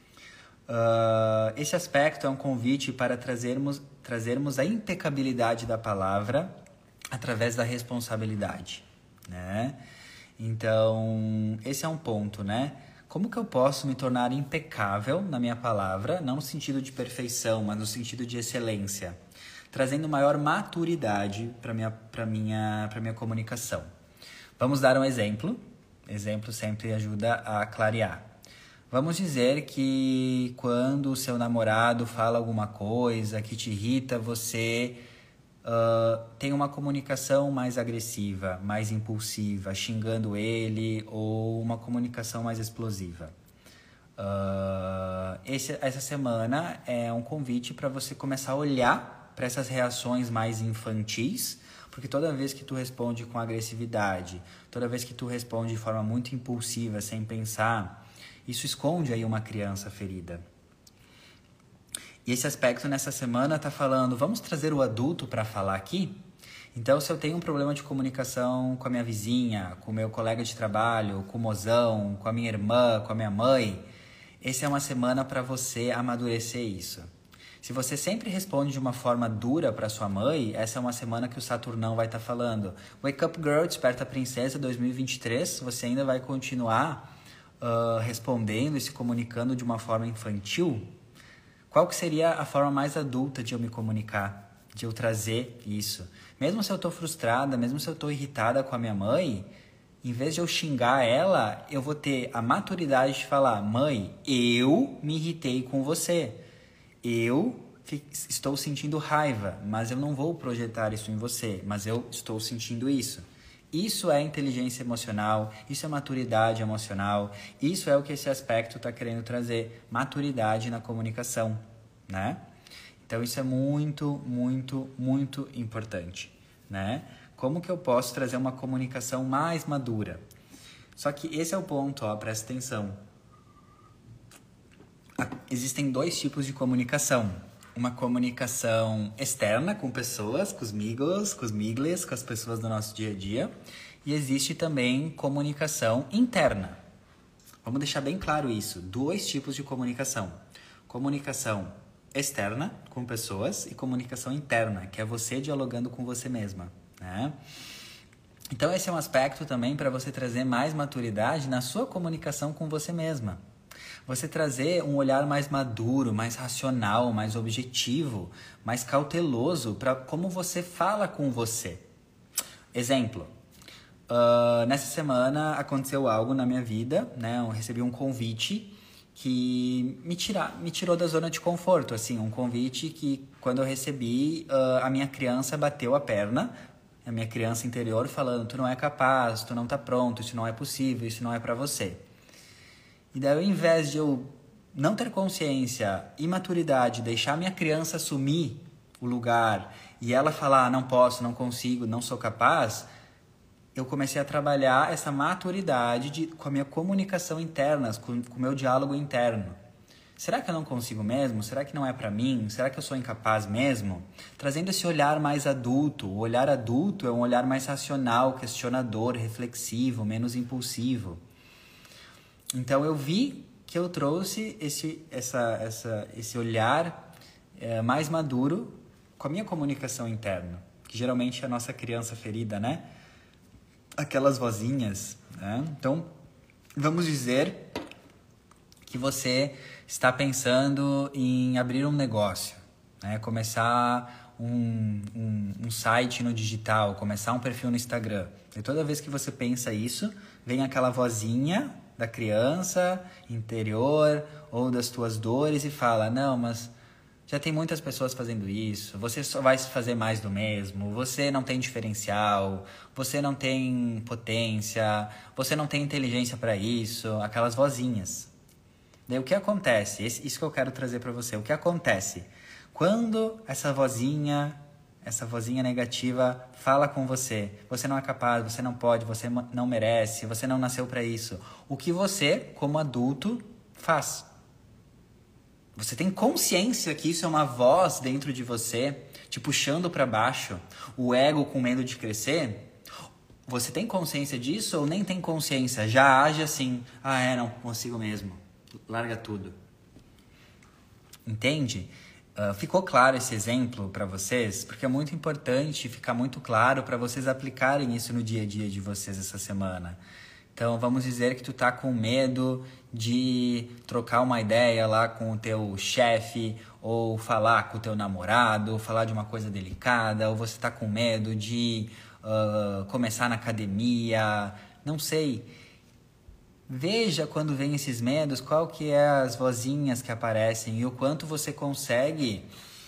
Esse aspecto é um convite para trazermos a impecabilidade da palavra através da responsabilidade, né? Então, esse é um ponto, né? Como que eu posso me tornar impecável na minha palavra, não no sentido de perfeição, mas no sentido de excelência, trazendo maior maturidade para minha comunicação. Vamos dar um exemplo. Exemplo sempre ajuda a clarear. Vamos dizer que quando o seu namorado fala alguma coisa que te irrita, você tem uma comunicação mais agressiva, mais impulsiva, xingando ele, ou uma comunicação mais explosiva. Essa semana é um convite para você começar a olhar para essas reações mais infantis, porque toda vez que tu responde com agressividade, toda vez que tu responde de forma muito impulsiva, sem pensar, isso esconde aí uma criança ferida. E esse aspecto nessa semana está falando, vamos trazer o adulto para falar aqui? Então, se eu tenho um problema de comunicação com a minha vizinha, com o meu colega de trabalho, com o mozão, com a minha irmã, com a minha mãe, essa é uma semana para você amadurecer isso. Se você sempre responde de uma forma dura para sua mãe, essa é uma semana que o Saturnão vai estar falando. Wake Up Girl, Desperta Princesa 2023, você ainda vai continuar respondendo e se comunicando de uma forma infantil? Qual que seria a forma mais adulta de eu me comunicar, de eu trazer isso? Mesmo se eu estou frustrada, mesmo se eu estou irritada com a minha mãe, em vez de eu xingar ela, eu vou ter a maturidade de falar, mãe, eu me irritei com você. Eu estou sentindo raiva, mas eu não vou projetar isso em você, mas eu estou sentindo isso. Isso é inteligência emocional, isso é maturidade emocional, isso é o que esse aspecto está querendo trazer, maturidade na comunicação, né? Então isso é muito, muito, muito importante, né? Como que eu posso trazer uma comunicação mais madura? Só que esse é o ponto, ó, presta atenção. Existem dois tipos de comunicação. Uma comunicação externa com pessoas, com os amigos, com os migles, com as pessoas do nosso dia a dia. E existe também comunicação interna. Vamos deixar bem claro isso. Dois tipos de comunicação. Comunicação externa com pessoas e comunicação interna, que é você dialogando com você mesma, né? Então esse é um aspecto também para você trazer mais maturidade na sua comunicação com você mesma. Você trazer um olhar mais maduro, mais racional, mais objetivo, mais cauteloso para como você fala com você. Exemplo, nessa semana aconteceu algo na minha vida, né? Eu recebi um convite que me tirou da zona de conforto, assim, um convite que quando eu recebi, a minha criança bateu a perna, a minha criança interior falando, tu não é capaz, tu não tá pronto, isso não é possível, isso não é para você. E daí, ao invés de eu não ter consciência e maturidade, deixar minha criança assumir o lugar e ela falar, não posso, não consigo, não sou capaz, eu comecei a trabalhar essa maturidade com a minha comunicação interna, com o meu diálogo interno. Será que eu não consigo mesmo? Será que não é para mim? Será que eu sou incapaz mesmo? Trazendo esse olhar mais adulto. O olhar adulto é um olhar mais racional, questionador, reflexivo, menos impulsivo. Então eu vi que eu trouxe esse olhar mais maduro com a minha comunicação interna, que geralmente é a nossa criança ferida, né? Aquelas vozinhas, né? Então, vamos dizer que você está pensando em abrir um negócio, né? Começar um site no digital, começar um perfil no Instagram. E toda vez que você pensa isso, vem aquela vozinha da criança interior ou das tuas dores e fala, não, mas já tem muitas pessoas fazendo isso, você só vai fazer mais do mesmo, você não tem diferencial, você não tem potência, você não tem inteligência para isso, aquelas vozinhas. Daí o que acontece? Isso que eu quero trazer para você. O que acontece? Quando essa vozinha negativa fala com você, você não é capaz, você não pode, você não merece, você não nasceu para isso. O que você, como adulto, faz? Você tem consciência que isso é uma voz dentro de você, te puxando para baixo, o ego com medo de crescer? Você tem consciência disso ou nem tem consciência? Já age assim, não consigo mesmo, larga tudo. Entende? Ficou claro esse exemplo para vocês? Porque é muito importante ficar muito claro para vocês aplicarem isso no dia a dia de vocês essa semana. Então, vamos dizer que tu tá com medo de trocar uma ideia lá com o teu chefe, ou falar com o teu namorado, ou falar de uma coisa delicada, ou você tá com medo de começar na academia, não sei. Veja quando vem esses medos, qual que é as vozinhas que aparecem e o quanto você consegue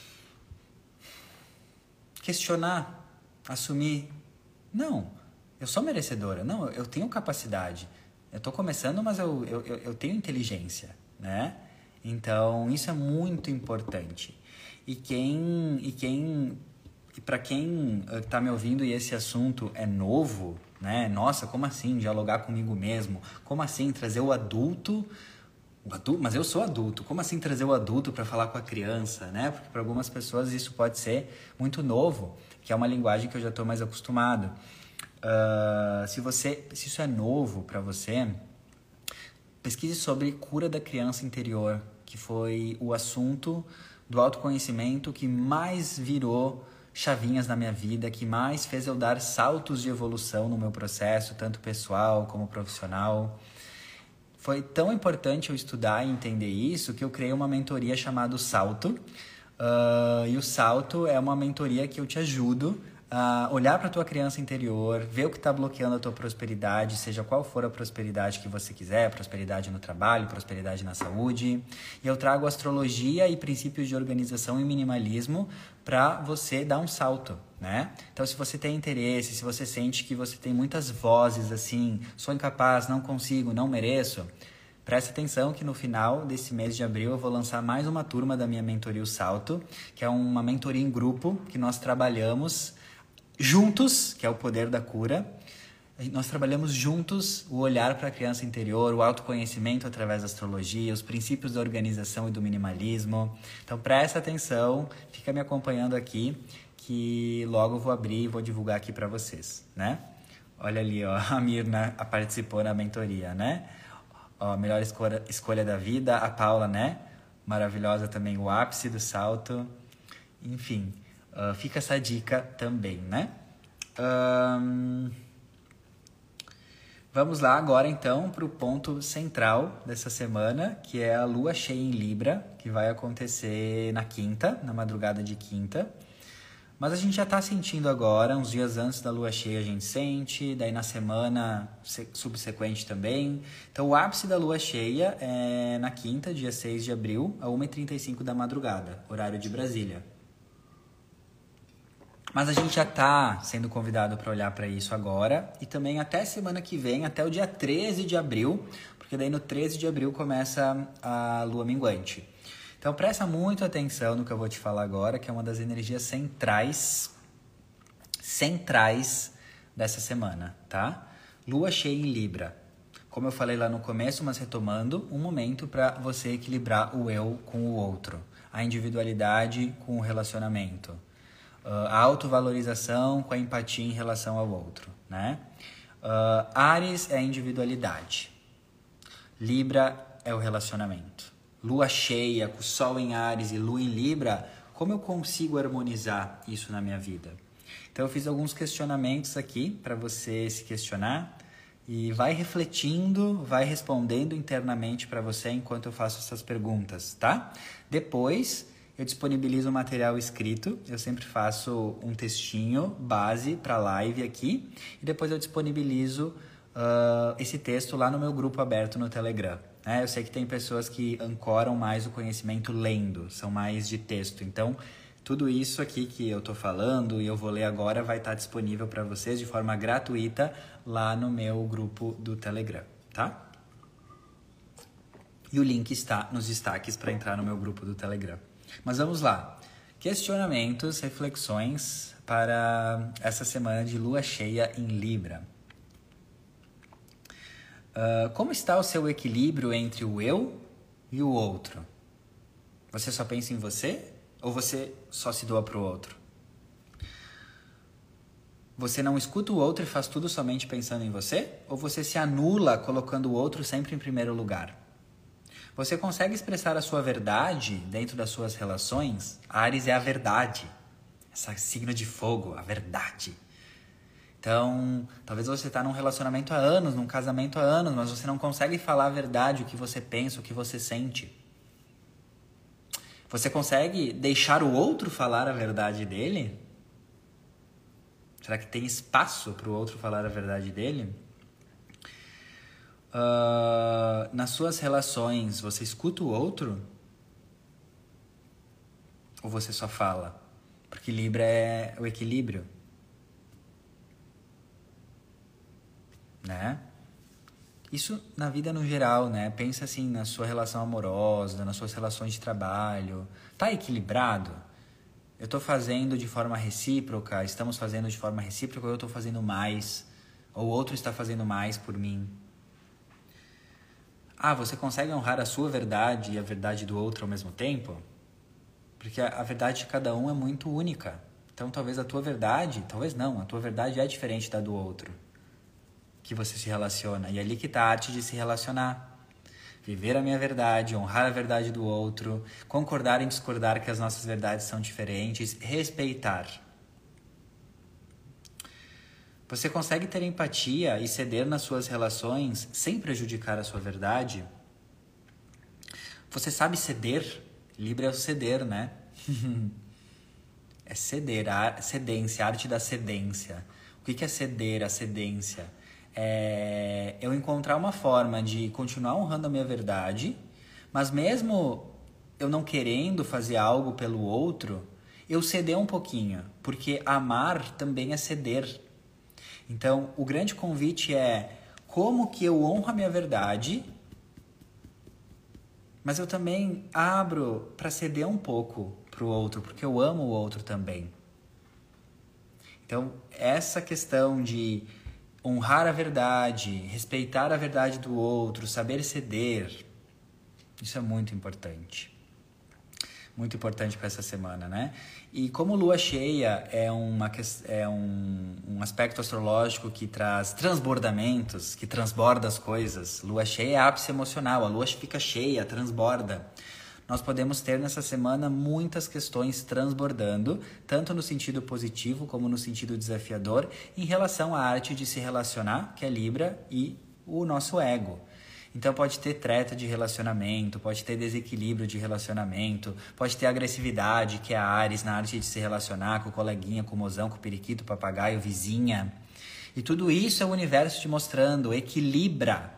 questionar, assumir. Não, eu sou merecedora. Não, eu tenho capacidade. Eu estou começando, mas eu tenho inteligência, né? Então, isso é muito importante. E para quem está me ouvindo e esse assunto é novo, né? Nossa, como assim dialogar comigo mesmo? Como assim trazer o adulto? Mas eu sou adulto. Como assim trazer o adulto para falar com a criança, né? Porque para algumas pessoas isso pode ser muito novo, que é uma linguagem que eu já estou mais acostumado. Se isso é novo para você, pesquise sobre cura da criança interior, que foi o assunto do autoconhecimento que mais virou chavinhas na minha vida, que mais fez eu dar saltos de evolução no meu processo, tanto pessoal como profissional. Foi tão importante eu estudar e entender isso que eu criei uma mentoria chamada Salto. E o Salto é uma mentoria que eu te ajudo a olhar para a tua criança interior, ver o que está bloqueando a tua prosperidade, seja qual for a prosperidade que você quiser, prosperidade no trabalho, prosperidade na saúde. E eu trago astrologia e princípios de organização e minimalismo para você dar um salto, né? Então, se você tem interesse, se você sente que você tem muitas vozes assim, sou incapaz, não consigo, não mereço, presta atenção que no final desse mês de abril eu vou lançar mais uma turma da minha mentoria O Salto, que é uma mentoria em grupo que nós trabalhamos juntos, que é o poder da cura. Nós trabalhamos juntos o olhar para a criança interior, o autoconhecimento através da astrologia, os princípios da organização e do minimalismo. Então presta atenção, fica me acompanhando aqui, que logo eu vou abrir e vou divulgar aqui para vocês, né? Olha ali, ó, a Mirna participou na mentoria, né? Ó, melhor escolha da vida, a Paula, né? maravilhosa também, o ápice do salto. Enfim, fica essa dica também, né? Vamos lá agora então para o ponto central dessa semana, que é a lua cheia em Libra, que vai acontecer na quinta, na madrugada de quinta. Mas a gente já está sentindo agora, uns dias antes da lua cheia a gente sente, daí na semana subsequente também. Então o ápice da lua cheia é na quinta, dia 6 de abril, a 1h35 da madrugada, horário de Brasília. Mas a gente já está sendo convidado para olhar para isso agora e também até semana que vem, até o dia 13 de abril, porque daí no 13 de abril começa a lua minguante. Então presta muito atenção no que eu vou te falar agora, que é uma das energias centrais dessa semana, tá? Lua cheia em Libra. Como eu falei lá no começo, mas retomando, um momento para você equilibrar o eu com o outro, a individualidade com o relacionamento, a autovalorização com a empatia em relação ao outro, né? Áries é a individualidade, Libra é o relacionamento. Lua cheia, com Sol em Áries e Lua em Libra, como eu consigo harmonizar isso na minha vida? Então eu fiz alguns questionamentos aqui para você se questionar e vai refletindo, vai respondendo internamente para você enquanto eu faço essas perguntas, tá? Depois eu disponibilizo o material escrito, eu sempre faço um textinho base para live aqui e depois eu disponibilizo esse texto lá no meu grupo aberto no Telegram. Eu sei que tem pessoas que ancoram mais o conhecimento lendo, são mais de texto. Então, tudo isso aqui que eu estou falando e eu vou ler agora vai estar disponível para vocês de forma gratuita lá no meu grupo do Telegram, tá? E o link está nos destaques para entrar no meu grupo do Telegram. Mas vamos lá. Questionamentos, reflexões para essa semana de lua cheia em Libra. Como está o seu equilíbrio entre o eu e o outro? Você só pensa em você ou você só se doa para o outro? Você não escuta o outro e faz tudo somente pensando em você? Ou você se anula colocando o outro sempre em primeiro lugar? Você consegue expressar a sua verdade dentro das suas relações? Áries é a verdade, esse signo de fogo, a verdade. Então, talvez você está num relacionamento há anos, num casamento há anos, mas você não consegue falar a verdade, o que você pensa, o que você sente. Você consegue deixar o outro falar a verdade dele? Será que tem espaço para o outro falar a verdade dele? Nas suas relações, você escuta o outro? Ou você só fala? Porque Libra é o equilíbrio. Né? Isso na vida no geral, né? Pensa assim na sua relação amorosa, nas suas relações de trabalho. Tá equilibrado? Eu tô fazendo de forma recíproca, estamos fazendo de forma recíproca ou eu tô fazendo mais? Ou o outro está fazendo mais por mim? Você consegue honrar a sua verdade e a verdade do outro ao mesmo tempo? Porque a verdade de cada um é muito única. Então talvez a tua verdade, talvez não, a tua verdade é diferente da do outro. Que você se relaciona. E é ali que está a arte de se relacionar. Viver a minha verdade, honrar a verdade do outro, concordar em discordar que as nossas verdades são diferentes, respeitar. Você consegue ter empatia e ceder nas suas relações sem prejudicar a sua verdade? Você sabe ceder? Libra é o ceder, né? É ceder, a cedência, a arte da cedência. O que é ceder, a cedência? É eu encontrar uma forma de continuar honrando a minha verdade, mas mesmo eu não querendo fazer algo pelo outro, eu ceder um pouquinho, porque amar também é ceder. Então, o grande convite é como que eu honro a minha verdade, mas eu também abro para ceder um pouco para o outro, porque eu amo o outro também. Então, essa questão de honrar a verdade, respeitar a verdade do outro, saber ceder, isso é muito importante. Muito importante para essa semana, né? E como lua cheia é um aspecto astrológico que traz transbordamentos, que transborda as coisas. Lua cheia é ápice emocional, a lua fica cheia, transborda. nós podemos ter nessa semana muitas questões transbordando, tanto no sentido positivo como no sentido desafiador, em relação à arte de se relacionar, que é Libra, e o nosso ego. Então pode ter treta de relacionamento, pode ter desequilíbrio de relacionamento, pode ter agressividade, que é a Áries, na arte de se relacionar com o coleguinha, com o mozão, com o periquito, o papagaio, vizinha. E tudo isso é o universo te mostrando, equilibra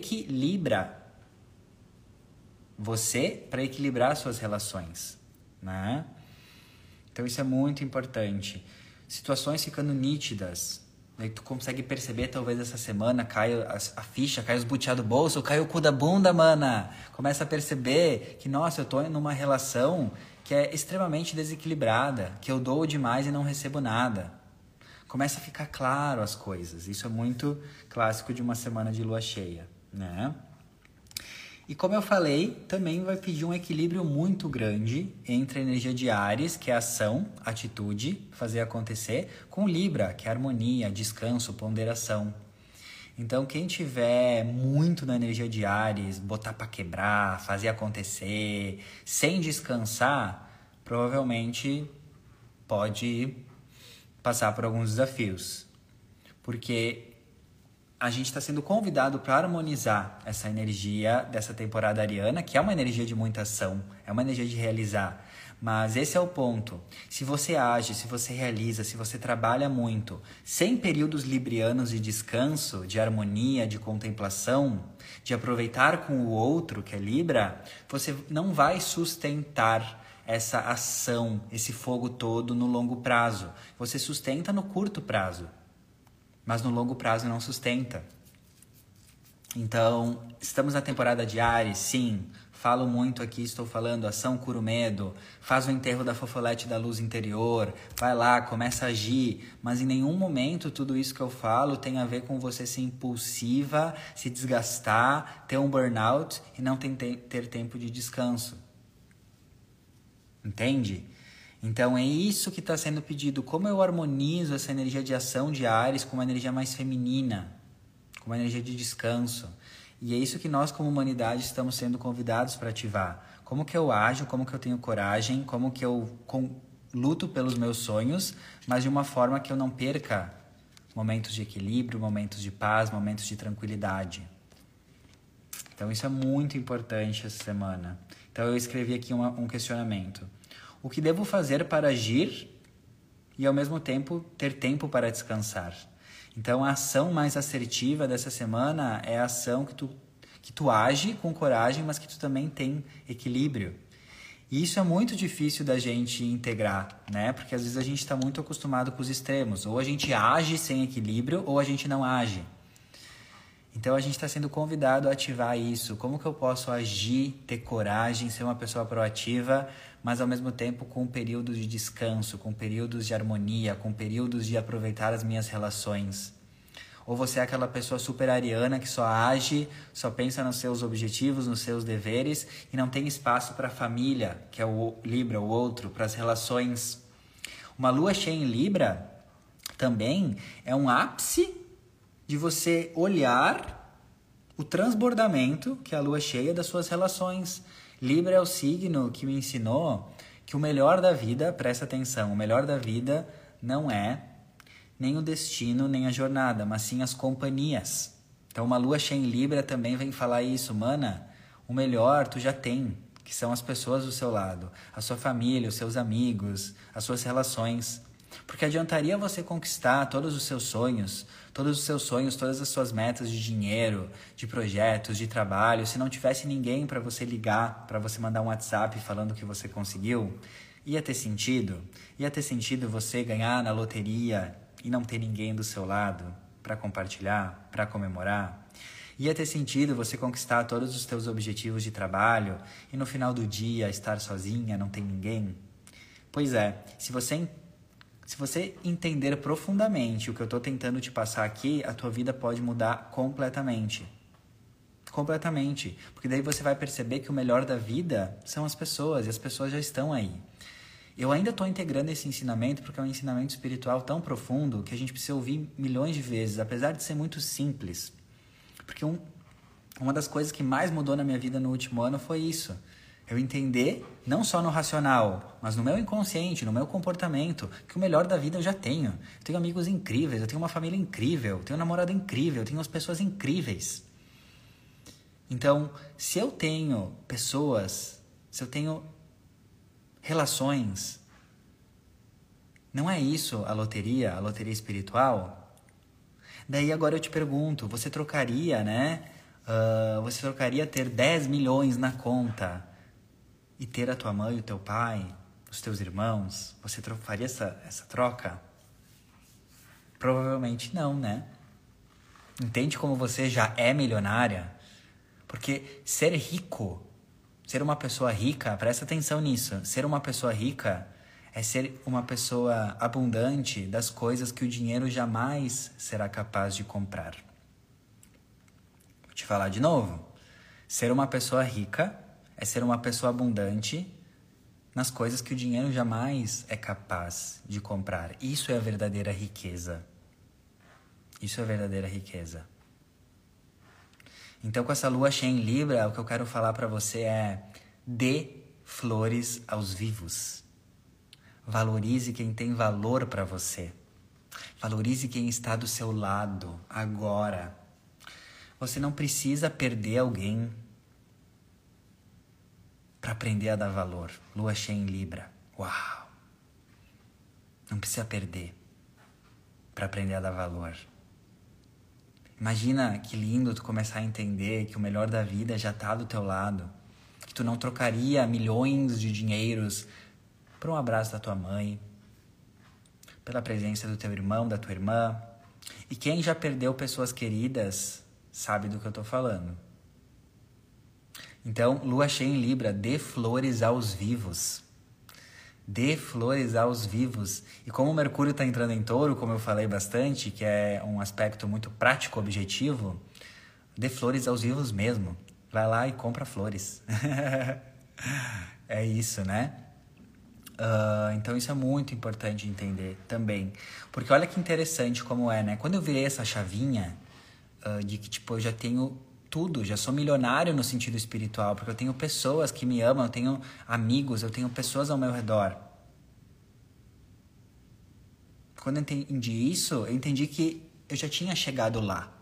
você para equilibrar suas relações, né? Então isso é muito importante. Situações ficando nítidas. Aí tu consegue perceber, talvez essa semana cai a ficha, cai os butiá do bolso, cai o cu da bunda, mana. Começa a perceber que, nossa, eu tô numa relação que é extremamente desequilibrada, que eu dou demais e não recebo nada. Começa a ficar claro as coisas. Isso é muito clássico de uma semana de lua cheia, né? E como eu falei, também vai pedir um equilíbrio muito grande entre a energia de Áries, que é ação, atitude, fazer acontecer, com Libra, que é harmonia, descanso, ponderação. Então, quem tiver muito na energia de Áries, botar para quebrar, fazer acontecer, sem descansar, provavelmente pode passar por alguns desafios. Porque a gente está sendo convidado para harmonizar essa energia dessa temporada ariana, que é uma energia de muita ação, é uma energia de realizar. Mas esse é o ponto. Se você age, se você realiza, se você trabalha muito, sem períodos librianos de descanso, de harmonia, de contemplação, de aproveitar com o outro, que é Libra, você não vai sustentar essa ação, esse fogo todo no longo prazo. Você sustenta no curto prazo, mas no longo prazo não sustenta. Então, estamos na temporada de Áries, sim. Falo muito aqui, estou falando, ação cura o medo. Faz o enterro da fofolete da luz interior. Vai lá, começa a agir. Mas em nenhum momento tudo isso que eu falo tem a ver com você ser impulsiva, se desgastar, ter um burnout e não ter tempo de descanso. Entende? Então é isso que está sendo pedido. Como eu harmonizo essa energia de ação de Áries com uma energia mais feminina, com uma energia de descanso. E é isso que nós como humanidade estamos sendo convidados para ativar. Como que eu ajo, como que eu tenho coragem, como que eu luto pelos meus sonhos, mas de uma forma que eu não perca momentos de equilíbrio, momentos de paz, momentos de tranquilidade. Então isso é muito importante essa semana. Então eu escrevi aqui um questionamento. O que devo fazer para agir e, ao mesmo tempo, ter tempo para descansar? Então, a ação mais assertiva dessa semana é a ação que tu age com coragem, mas que tu também tem equilíbrio. E isso é muito difícil da gente integrar, né? Porque, às vezes, a gente está muito acostumado com os extremos. Ou a gente age sem equilíbrio, ou a gente não age. Então, a gente está sendo convidado a ativar isso. Como que eu posso agir, ter coragem, ser uma pessoa proativa, mas ao mesmo tempo com períodos de descanso, com períodos de harmonia, com períodos de aproveitar as minhas relações? Ou você é aquela pessoa super ariana que só age, só pensa nos seus objetivos, nos seus deveres e não tem espaço para a família, que é o Libra, o outro, para as relações. Uma lua cheia em Libra também é um ápice de você olhar o transbordamento, que é a lua cheia, das suas relações. Libra é o signo que me ensinou que o melhor da vida, presta atenção, o melhor da vida não é nem o destino, nem a jornada, mas sim as companhias. Então uma lua cheia em Libra também vem falar isso, mana, o melhor tu já tem, que são as pessoas do seu lado, a sua família, os seus amigos, as suas relações. Porque adiantaria você conquistar todos os seus sonhos, todas as suas metas de dinheiro, de projetos, de trabalho, se não tivesse ninguém para você ligar, para você mandar um WhatsApp falando que você conseguiu? Ia ter sentido? Ia ter sentido você ganhar na loteria e não ter ninguém do seu lado para compartilhar, para comemorar? Ia ter sentido você conquistar todos os teus objetivos de trabalho e no final do dia estar sozinha, não ter ninguém? Pois é, se você entender profundamente o que eu estou tentando te passar aqui, a tua vida pode mudar completamente. Completamente. Porque daí você vai perceber que o melhor da vida são as pessoas, e as pessoas já estão aí. Eu ainda estou integrando esse ensinamento porque é um ensinamento espiritual tão profundo que a gente precisa ouvir milhões de vezes, apesar de ser muito simples. Porque uma das coisas que mais mudou na minha vida no último ano foi isso. Eu entender, não só no racional, mas no meu inconsciente, no meu comportamento, que o melhor da vida eu já tenho. Eu tenho amigos incríveis, eu tenho uma família incrível, eu tenho um namorado incrível, eu tenho as pessoas incríveis. Então, se eu tenho pessoas, se eu tenho relações, não é isso a loteria espiritual? Daí agora eu te pergunto, você trocaria, né? Você trocaria ter 10 milhões na conta e ter a tua mãe, o teu pai, os teus irmãos? Você faria essa troca? Provavelmente não, né? Entende como você já é milionária? Porque ser rico, ser uma pessoa rica, presta atenção nisso, ser uma pessoa rica é ser uma pessoa abundante das coisas que o dinheiro jamais será capaz de comprar. Vou te falar de novo. Ser uma pessoa rica é ser uma pessoa abundante nas coisas que o dinheiro jamais é capaz de comprar. Isso é a verdadeira riqueza. Isso é a verdadeira riqueza. Então, com essa lua cheia em Libra, o que eu quero falar para você é: dê flores aos vivos. Valorize quem tem valor para você. Valorize quem está do seu lado agora. Você não precisa perder alguém para aprender a dar valor. Lua cheia em Libra. Uau! Não precisa perder para aprender a dar valor. Imagina que lindo tu começar a entender que o melhor da vida já tá do teu lado. Que tu não trocaria milhões de dinheiros por um abraço da tua mãe, pela presença do teu irmão, da tua irmã. E quem já perdeu pessoas queridas sabe do que eu tô falando. Então, lua cheia em Libra, dê flores aos vivos. Dê flores aos vivos. E como o Mercúrio está entrando em Touro, como eu falei bastante, que é um aspecto muito prático, objetivo, dê flores aos vivos mesmo. Vai lá e compra flores. É isso, né? Então isso é muito importante entender também. Porque olha que interessante como é, né? Quando eu virei essa chavinha de que, tipo, eu já tenho tudo, já sou milionário no sentido espiritual, porque eu tenho pessoas que me amam, eu tenho amigos, eu tenho pessoas ao meu redor. Quando eu entendi isso, eu entendi que eu já tinha chegado lá.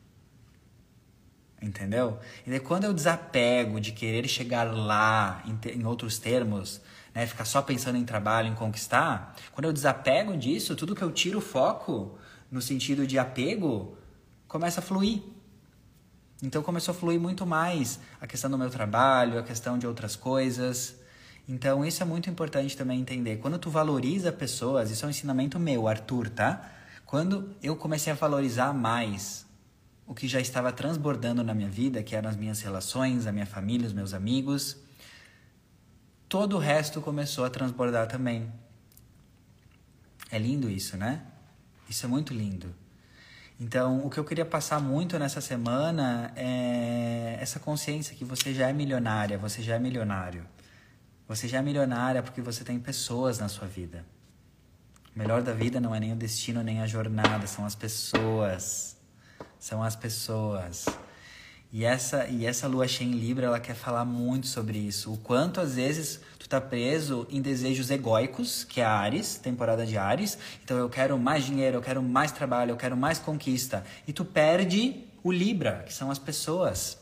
Entendeu? E daí quando eu desapego de querer chegar lá, em outros termos, né, ficar só pensando em trabalho, em conquistar, quando eu desapego disso, tudo que eu tiro o foco, no sentido de apego, começa a fluir. Então começou a fluir muito mais a questão do meu trabalho, a questão de outras coisas. Então isso é muito importante também entender. Quando tu valoriza pessoas, isso é um ensinamento meu, Arthur, tá? Quando eu comecei a valorizar mais o que já estava transbordando na minha vida, que eram as minhas relações, a minha família, os meus amigos, todo o resto começou a transbordar também. É lindo isso, né? Isso é muito lindo. Então, o que eu queria passar muito nessa semana é essa consciência que você já é milionária, você já é milionário. Você já é milionária porque você tem pessoas na sua vida. O melhor da vida não é nem o destino, nem a jornada, são as pessoas. São as pessoas. E essa lua cheia em Libra, ela quer falar muito sobre isso. O quanto, às vezes, tu tá preso em desejos egóicos, que é Áries, temporada de Áries. Então, eu quero mais dinheiro, eu quero mais trabalho, eu quero mais conquista. E tu perde o Libra, que são as pessoas.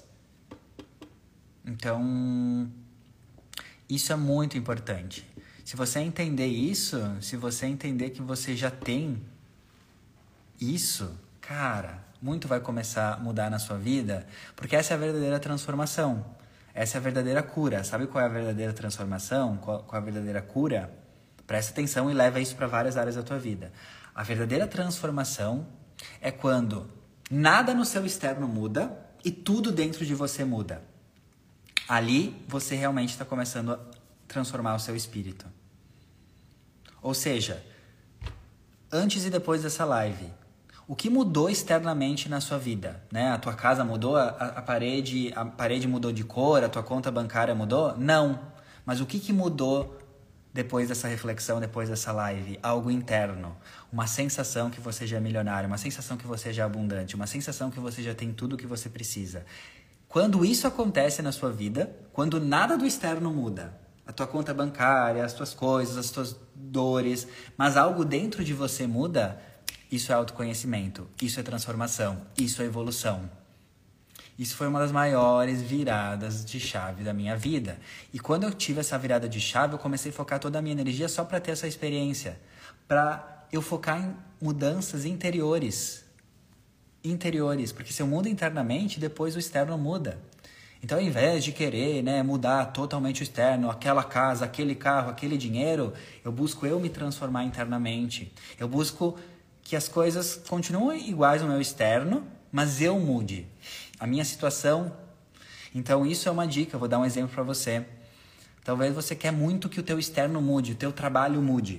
Então, isso é muito importante. Se você entender isso, se você entender que você já tem isso, cara, muito vai começar a mudar na sua vida, porque essa é a verdadeira transformação. Essa é a verdadeira cura. Sabe qual é a verdadeira transformação? Qual é a verdadeira cura? Presta atenção e leva isso para várias áreas da tua vida. A verdadeira transformação é quando nada no seu externo muda e tudo dentro de você muda. Ali você realmente está começando a transformar o seu espírito. Ou seja, antes e depois dessa live, o que mudou externamente na sua vida? Né? A tua casa mudou? A parede mudou de cor? A tua conta bancária mudou? Não. Mas o que mudou depois dessa reflexão, depois dessa live? Algo interno. Uma sensação que você já é milionário, uma sensação que você já é abundante, uma sensação que você já tem tudo o que você precisa. Quando isso acontece na sua vida, quando nada do externo muda, a tua conta bancária, as tuas coisas, as tuas dores, mas algo dentro de você muda, isso é autoconhecimento, isso é transformação, isso é evolução. Isso foi uma das maiores viradas de chave da minha vida. E quando eu tive essa virada de chave, eu comecei a focar toda a minha energia só para ter essa experiência. Para eu focar em mudanças interiores. Porque se eu mudo internamente, depois o externo muda. Então, ao invés de querer, né, mudar totalmente o externo, aquela casa, aquele carro, aquele dinheiro, eu busco eu me transformar internamente. Eu busco que as coisas continuem iguais no meu externo, mas eu mude a minha situação. Então, isso é uma dica, eu vou dar um exemplo para você. Talvez você quer muito que o teu externo mude, o teu trabalho mude.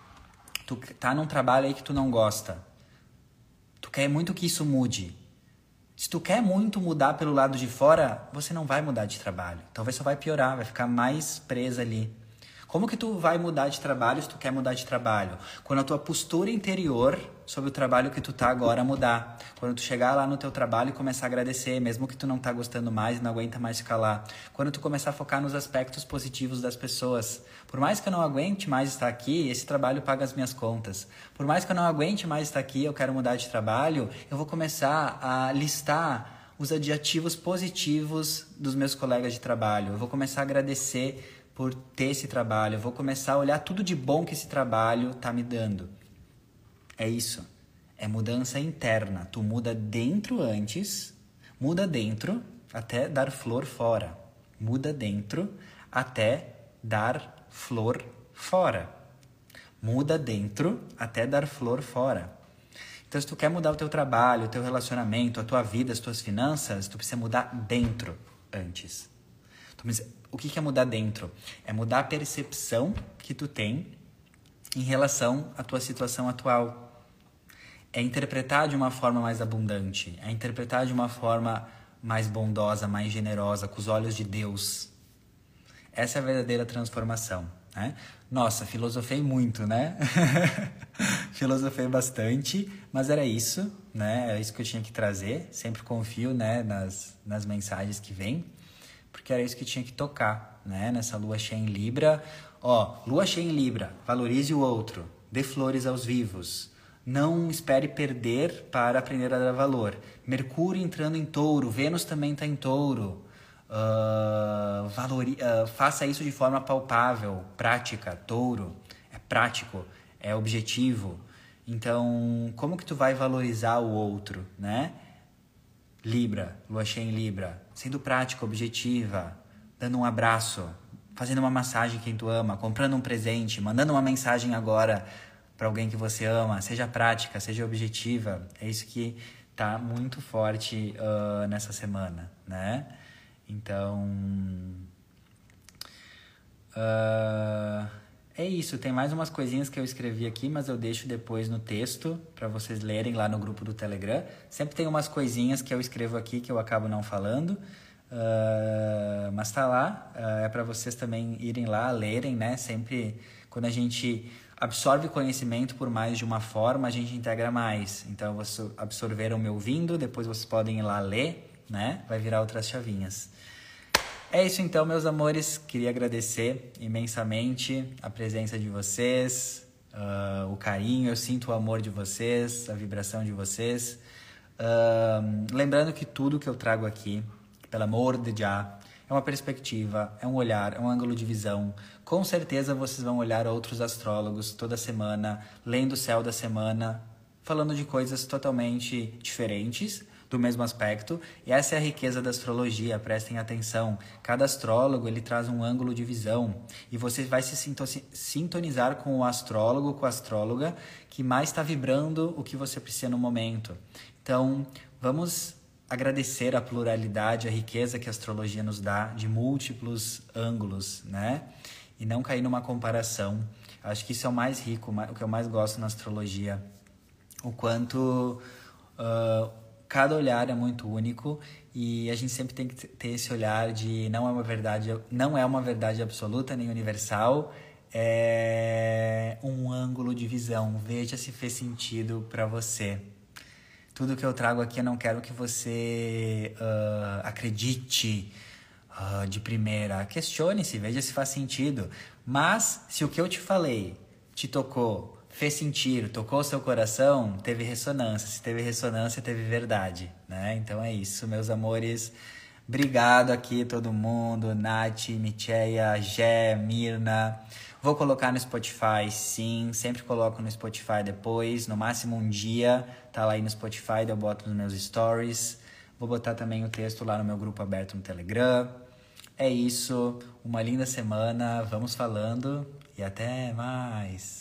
Tu tá num trabalho aí que tu não gosta. Tu quer muito que isso mude. Se tu quer muito mudar pelo lado de fora, você não vai mudar de trabalho. Talvez só vai piorar, vai ficar mais presa ali. Como que tu vai mudar de trabalho se tu quer mudar de trabalho? Quando a tua postura interior sobre o trabalho que tu tá agora mudar. Quando tu chegar lá no teu trabalho e começar a agradecer, mesmo que tu não tá gostando mais e não aguenta mais ficar lá. Quando tu começar a focar nos aspectos positivos das pessoas. Por mais que eu não aguente mais estar aqui, esse trabalho paga as minhas contas. Por mais que eu não aguente mais estar aqui, eu quero mudar de trabalho, eu vou começar a listar os adjetivos positivos dos meus colegas de trabalho. Eu vou começar a agradecer por ter esse trabalho. Eu vou começar a olhar tudo de bom que esse trabalho tá me dando. É isso. É mudança interna. Tu muda dentro antes, muda dentro até dar flor fora. Muda dentro até dar flor fora. Muda dentro até dar flor fora. Então, se tu quer mudar o teu trabalho, o teu relacionamento, a tua vida, as tuas finanças, tu precisa mudar dentro antes. O que é mudar dentro? É mudar a percepção que tu tem em relação à tua situação atual. É interpretar de uma forma mais abundante. É interpretar de uma forma mais bondosa, mais generosa, com os olhos de Deus. Essa é a verdadeira transformação, né? Nossa, filosofei muito, né? Filosofei bastante, mas era isso, né? É isso que eu tinha que trazer. Sempre confio, né, nas mensagens que vêm. Porque era isso que tinha que tocar, né? Nessa lua cheia em Libra. Ó, lua cheia em Libra, valorize o outro, dê flores aos vivos. Não espere perder para aprender a dar valor. Mercúrio entrando em Touro, Vênus também está em Touro. Faça isso de forma palpável, prática. Touro é prático, é objetivo. Então, como que tu vai valorizar o outro, né? Libra, lua cheia em Libra, sendo prática, objetiva, dando um abraço, fazendo uma massagem quem tu ama, comprando um presente, mandando uma mensagem agora para alguém que você ama. Seja prática, seja objetiva. É isso que tá muito forte nessa semana, né? Então, é isso. Tem mais umas coisinhas que eu escrevi aqui, mas eu deixo depois no texto para vocês lerem lá no grupo do Telegram. Sempre tem umas coisinhas que eu escrevo aqui que eu acabo não falando, mas tá lá. É para vocês também irem lá, lerem, né? Sempre quando a gente absorve conhecimento por mais de uma forma, a gente integra mais. Então, vocês absorveram me ouvindo, depois vocês podem ir lá ler, né? Vai virar outras chavinhas. É isso então, meus amores. Queria agradecer imensamente a presença de vocês, o carinho. Eu sinto o amor de vocês, a vibração de vocês. Lembrando que tudo que eu trago aqui, pelo amor de Já, é uma perspectiva, é um olhar, é um ângulo de visão. Com certeza vocês vão olhar outros astrólogos toda semana, lendo o céu da semana, falando de coisas totalmente diferentes, do mesmo aspecto, e essa é a riqueza da astrologia. Prestem atenção, cada astrólogo ele traz um ângulo de visão e você vai se sintonizar com o astrólogo, com a astróloga que mais está vibrando o que você precisa no momento. Então, vamos agradecer a pluralidade, a riqueza que a astrologia nos dá de múltiplos ângulos, né? E não cair numa comparação. Acho que isso é o mais rico, o que eu mais gosto na astrologia, o quanto cada olhar é muito único e a gente sempre tem que ter esse olhar de não é uma verdade absoluta nem universal, é um ângulo de visão. Veja se fez sentido para você. Tudo que eu trago aqui eu não quero que você acredite de primeira. Questione-se, veja se faz sentido. Mas se o que eu te falei te tocou, fez sentido, tocou o seu coração, teve ressonância. Se teve ressonância, teve verdade, né? Então é isso, meus amores. Obrigado aqui todo mundo, Nath, Micheia, Gé, Mirna. Vou colocar no Spotify, sim. Sempre coloco no Spotify depois. No máximo um dia, tá lá aí no Spotify, eu boto nos meus stories. Vou botar também o texto lá no meu grupo aberto no Telegram. É isso. Uma linda semana. Vamos falando e até mais.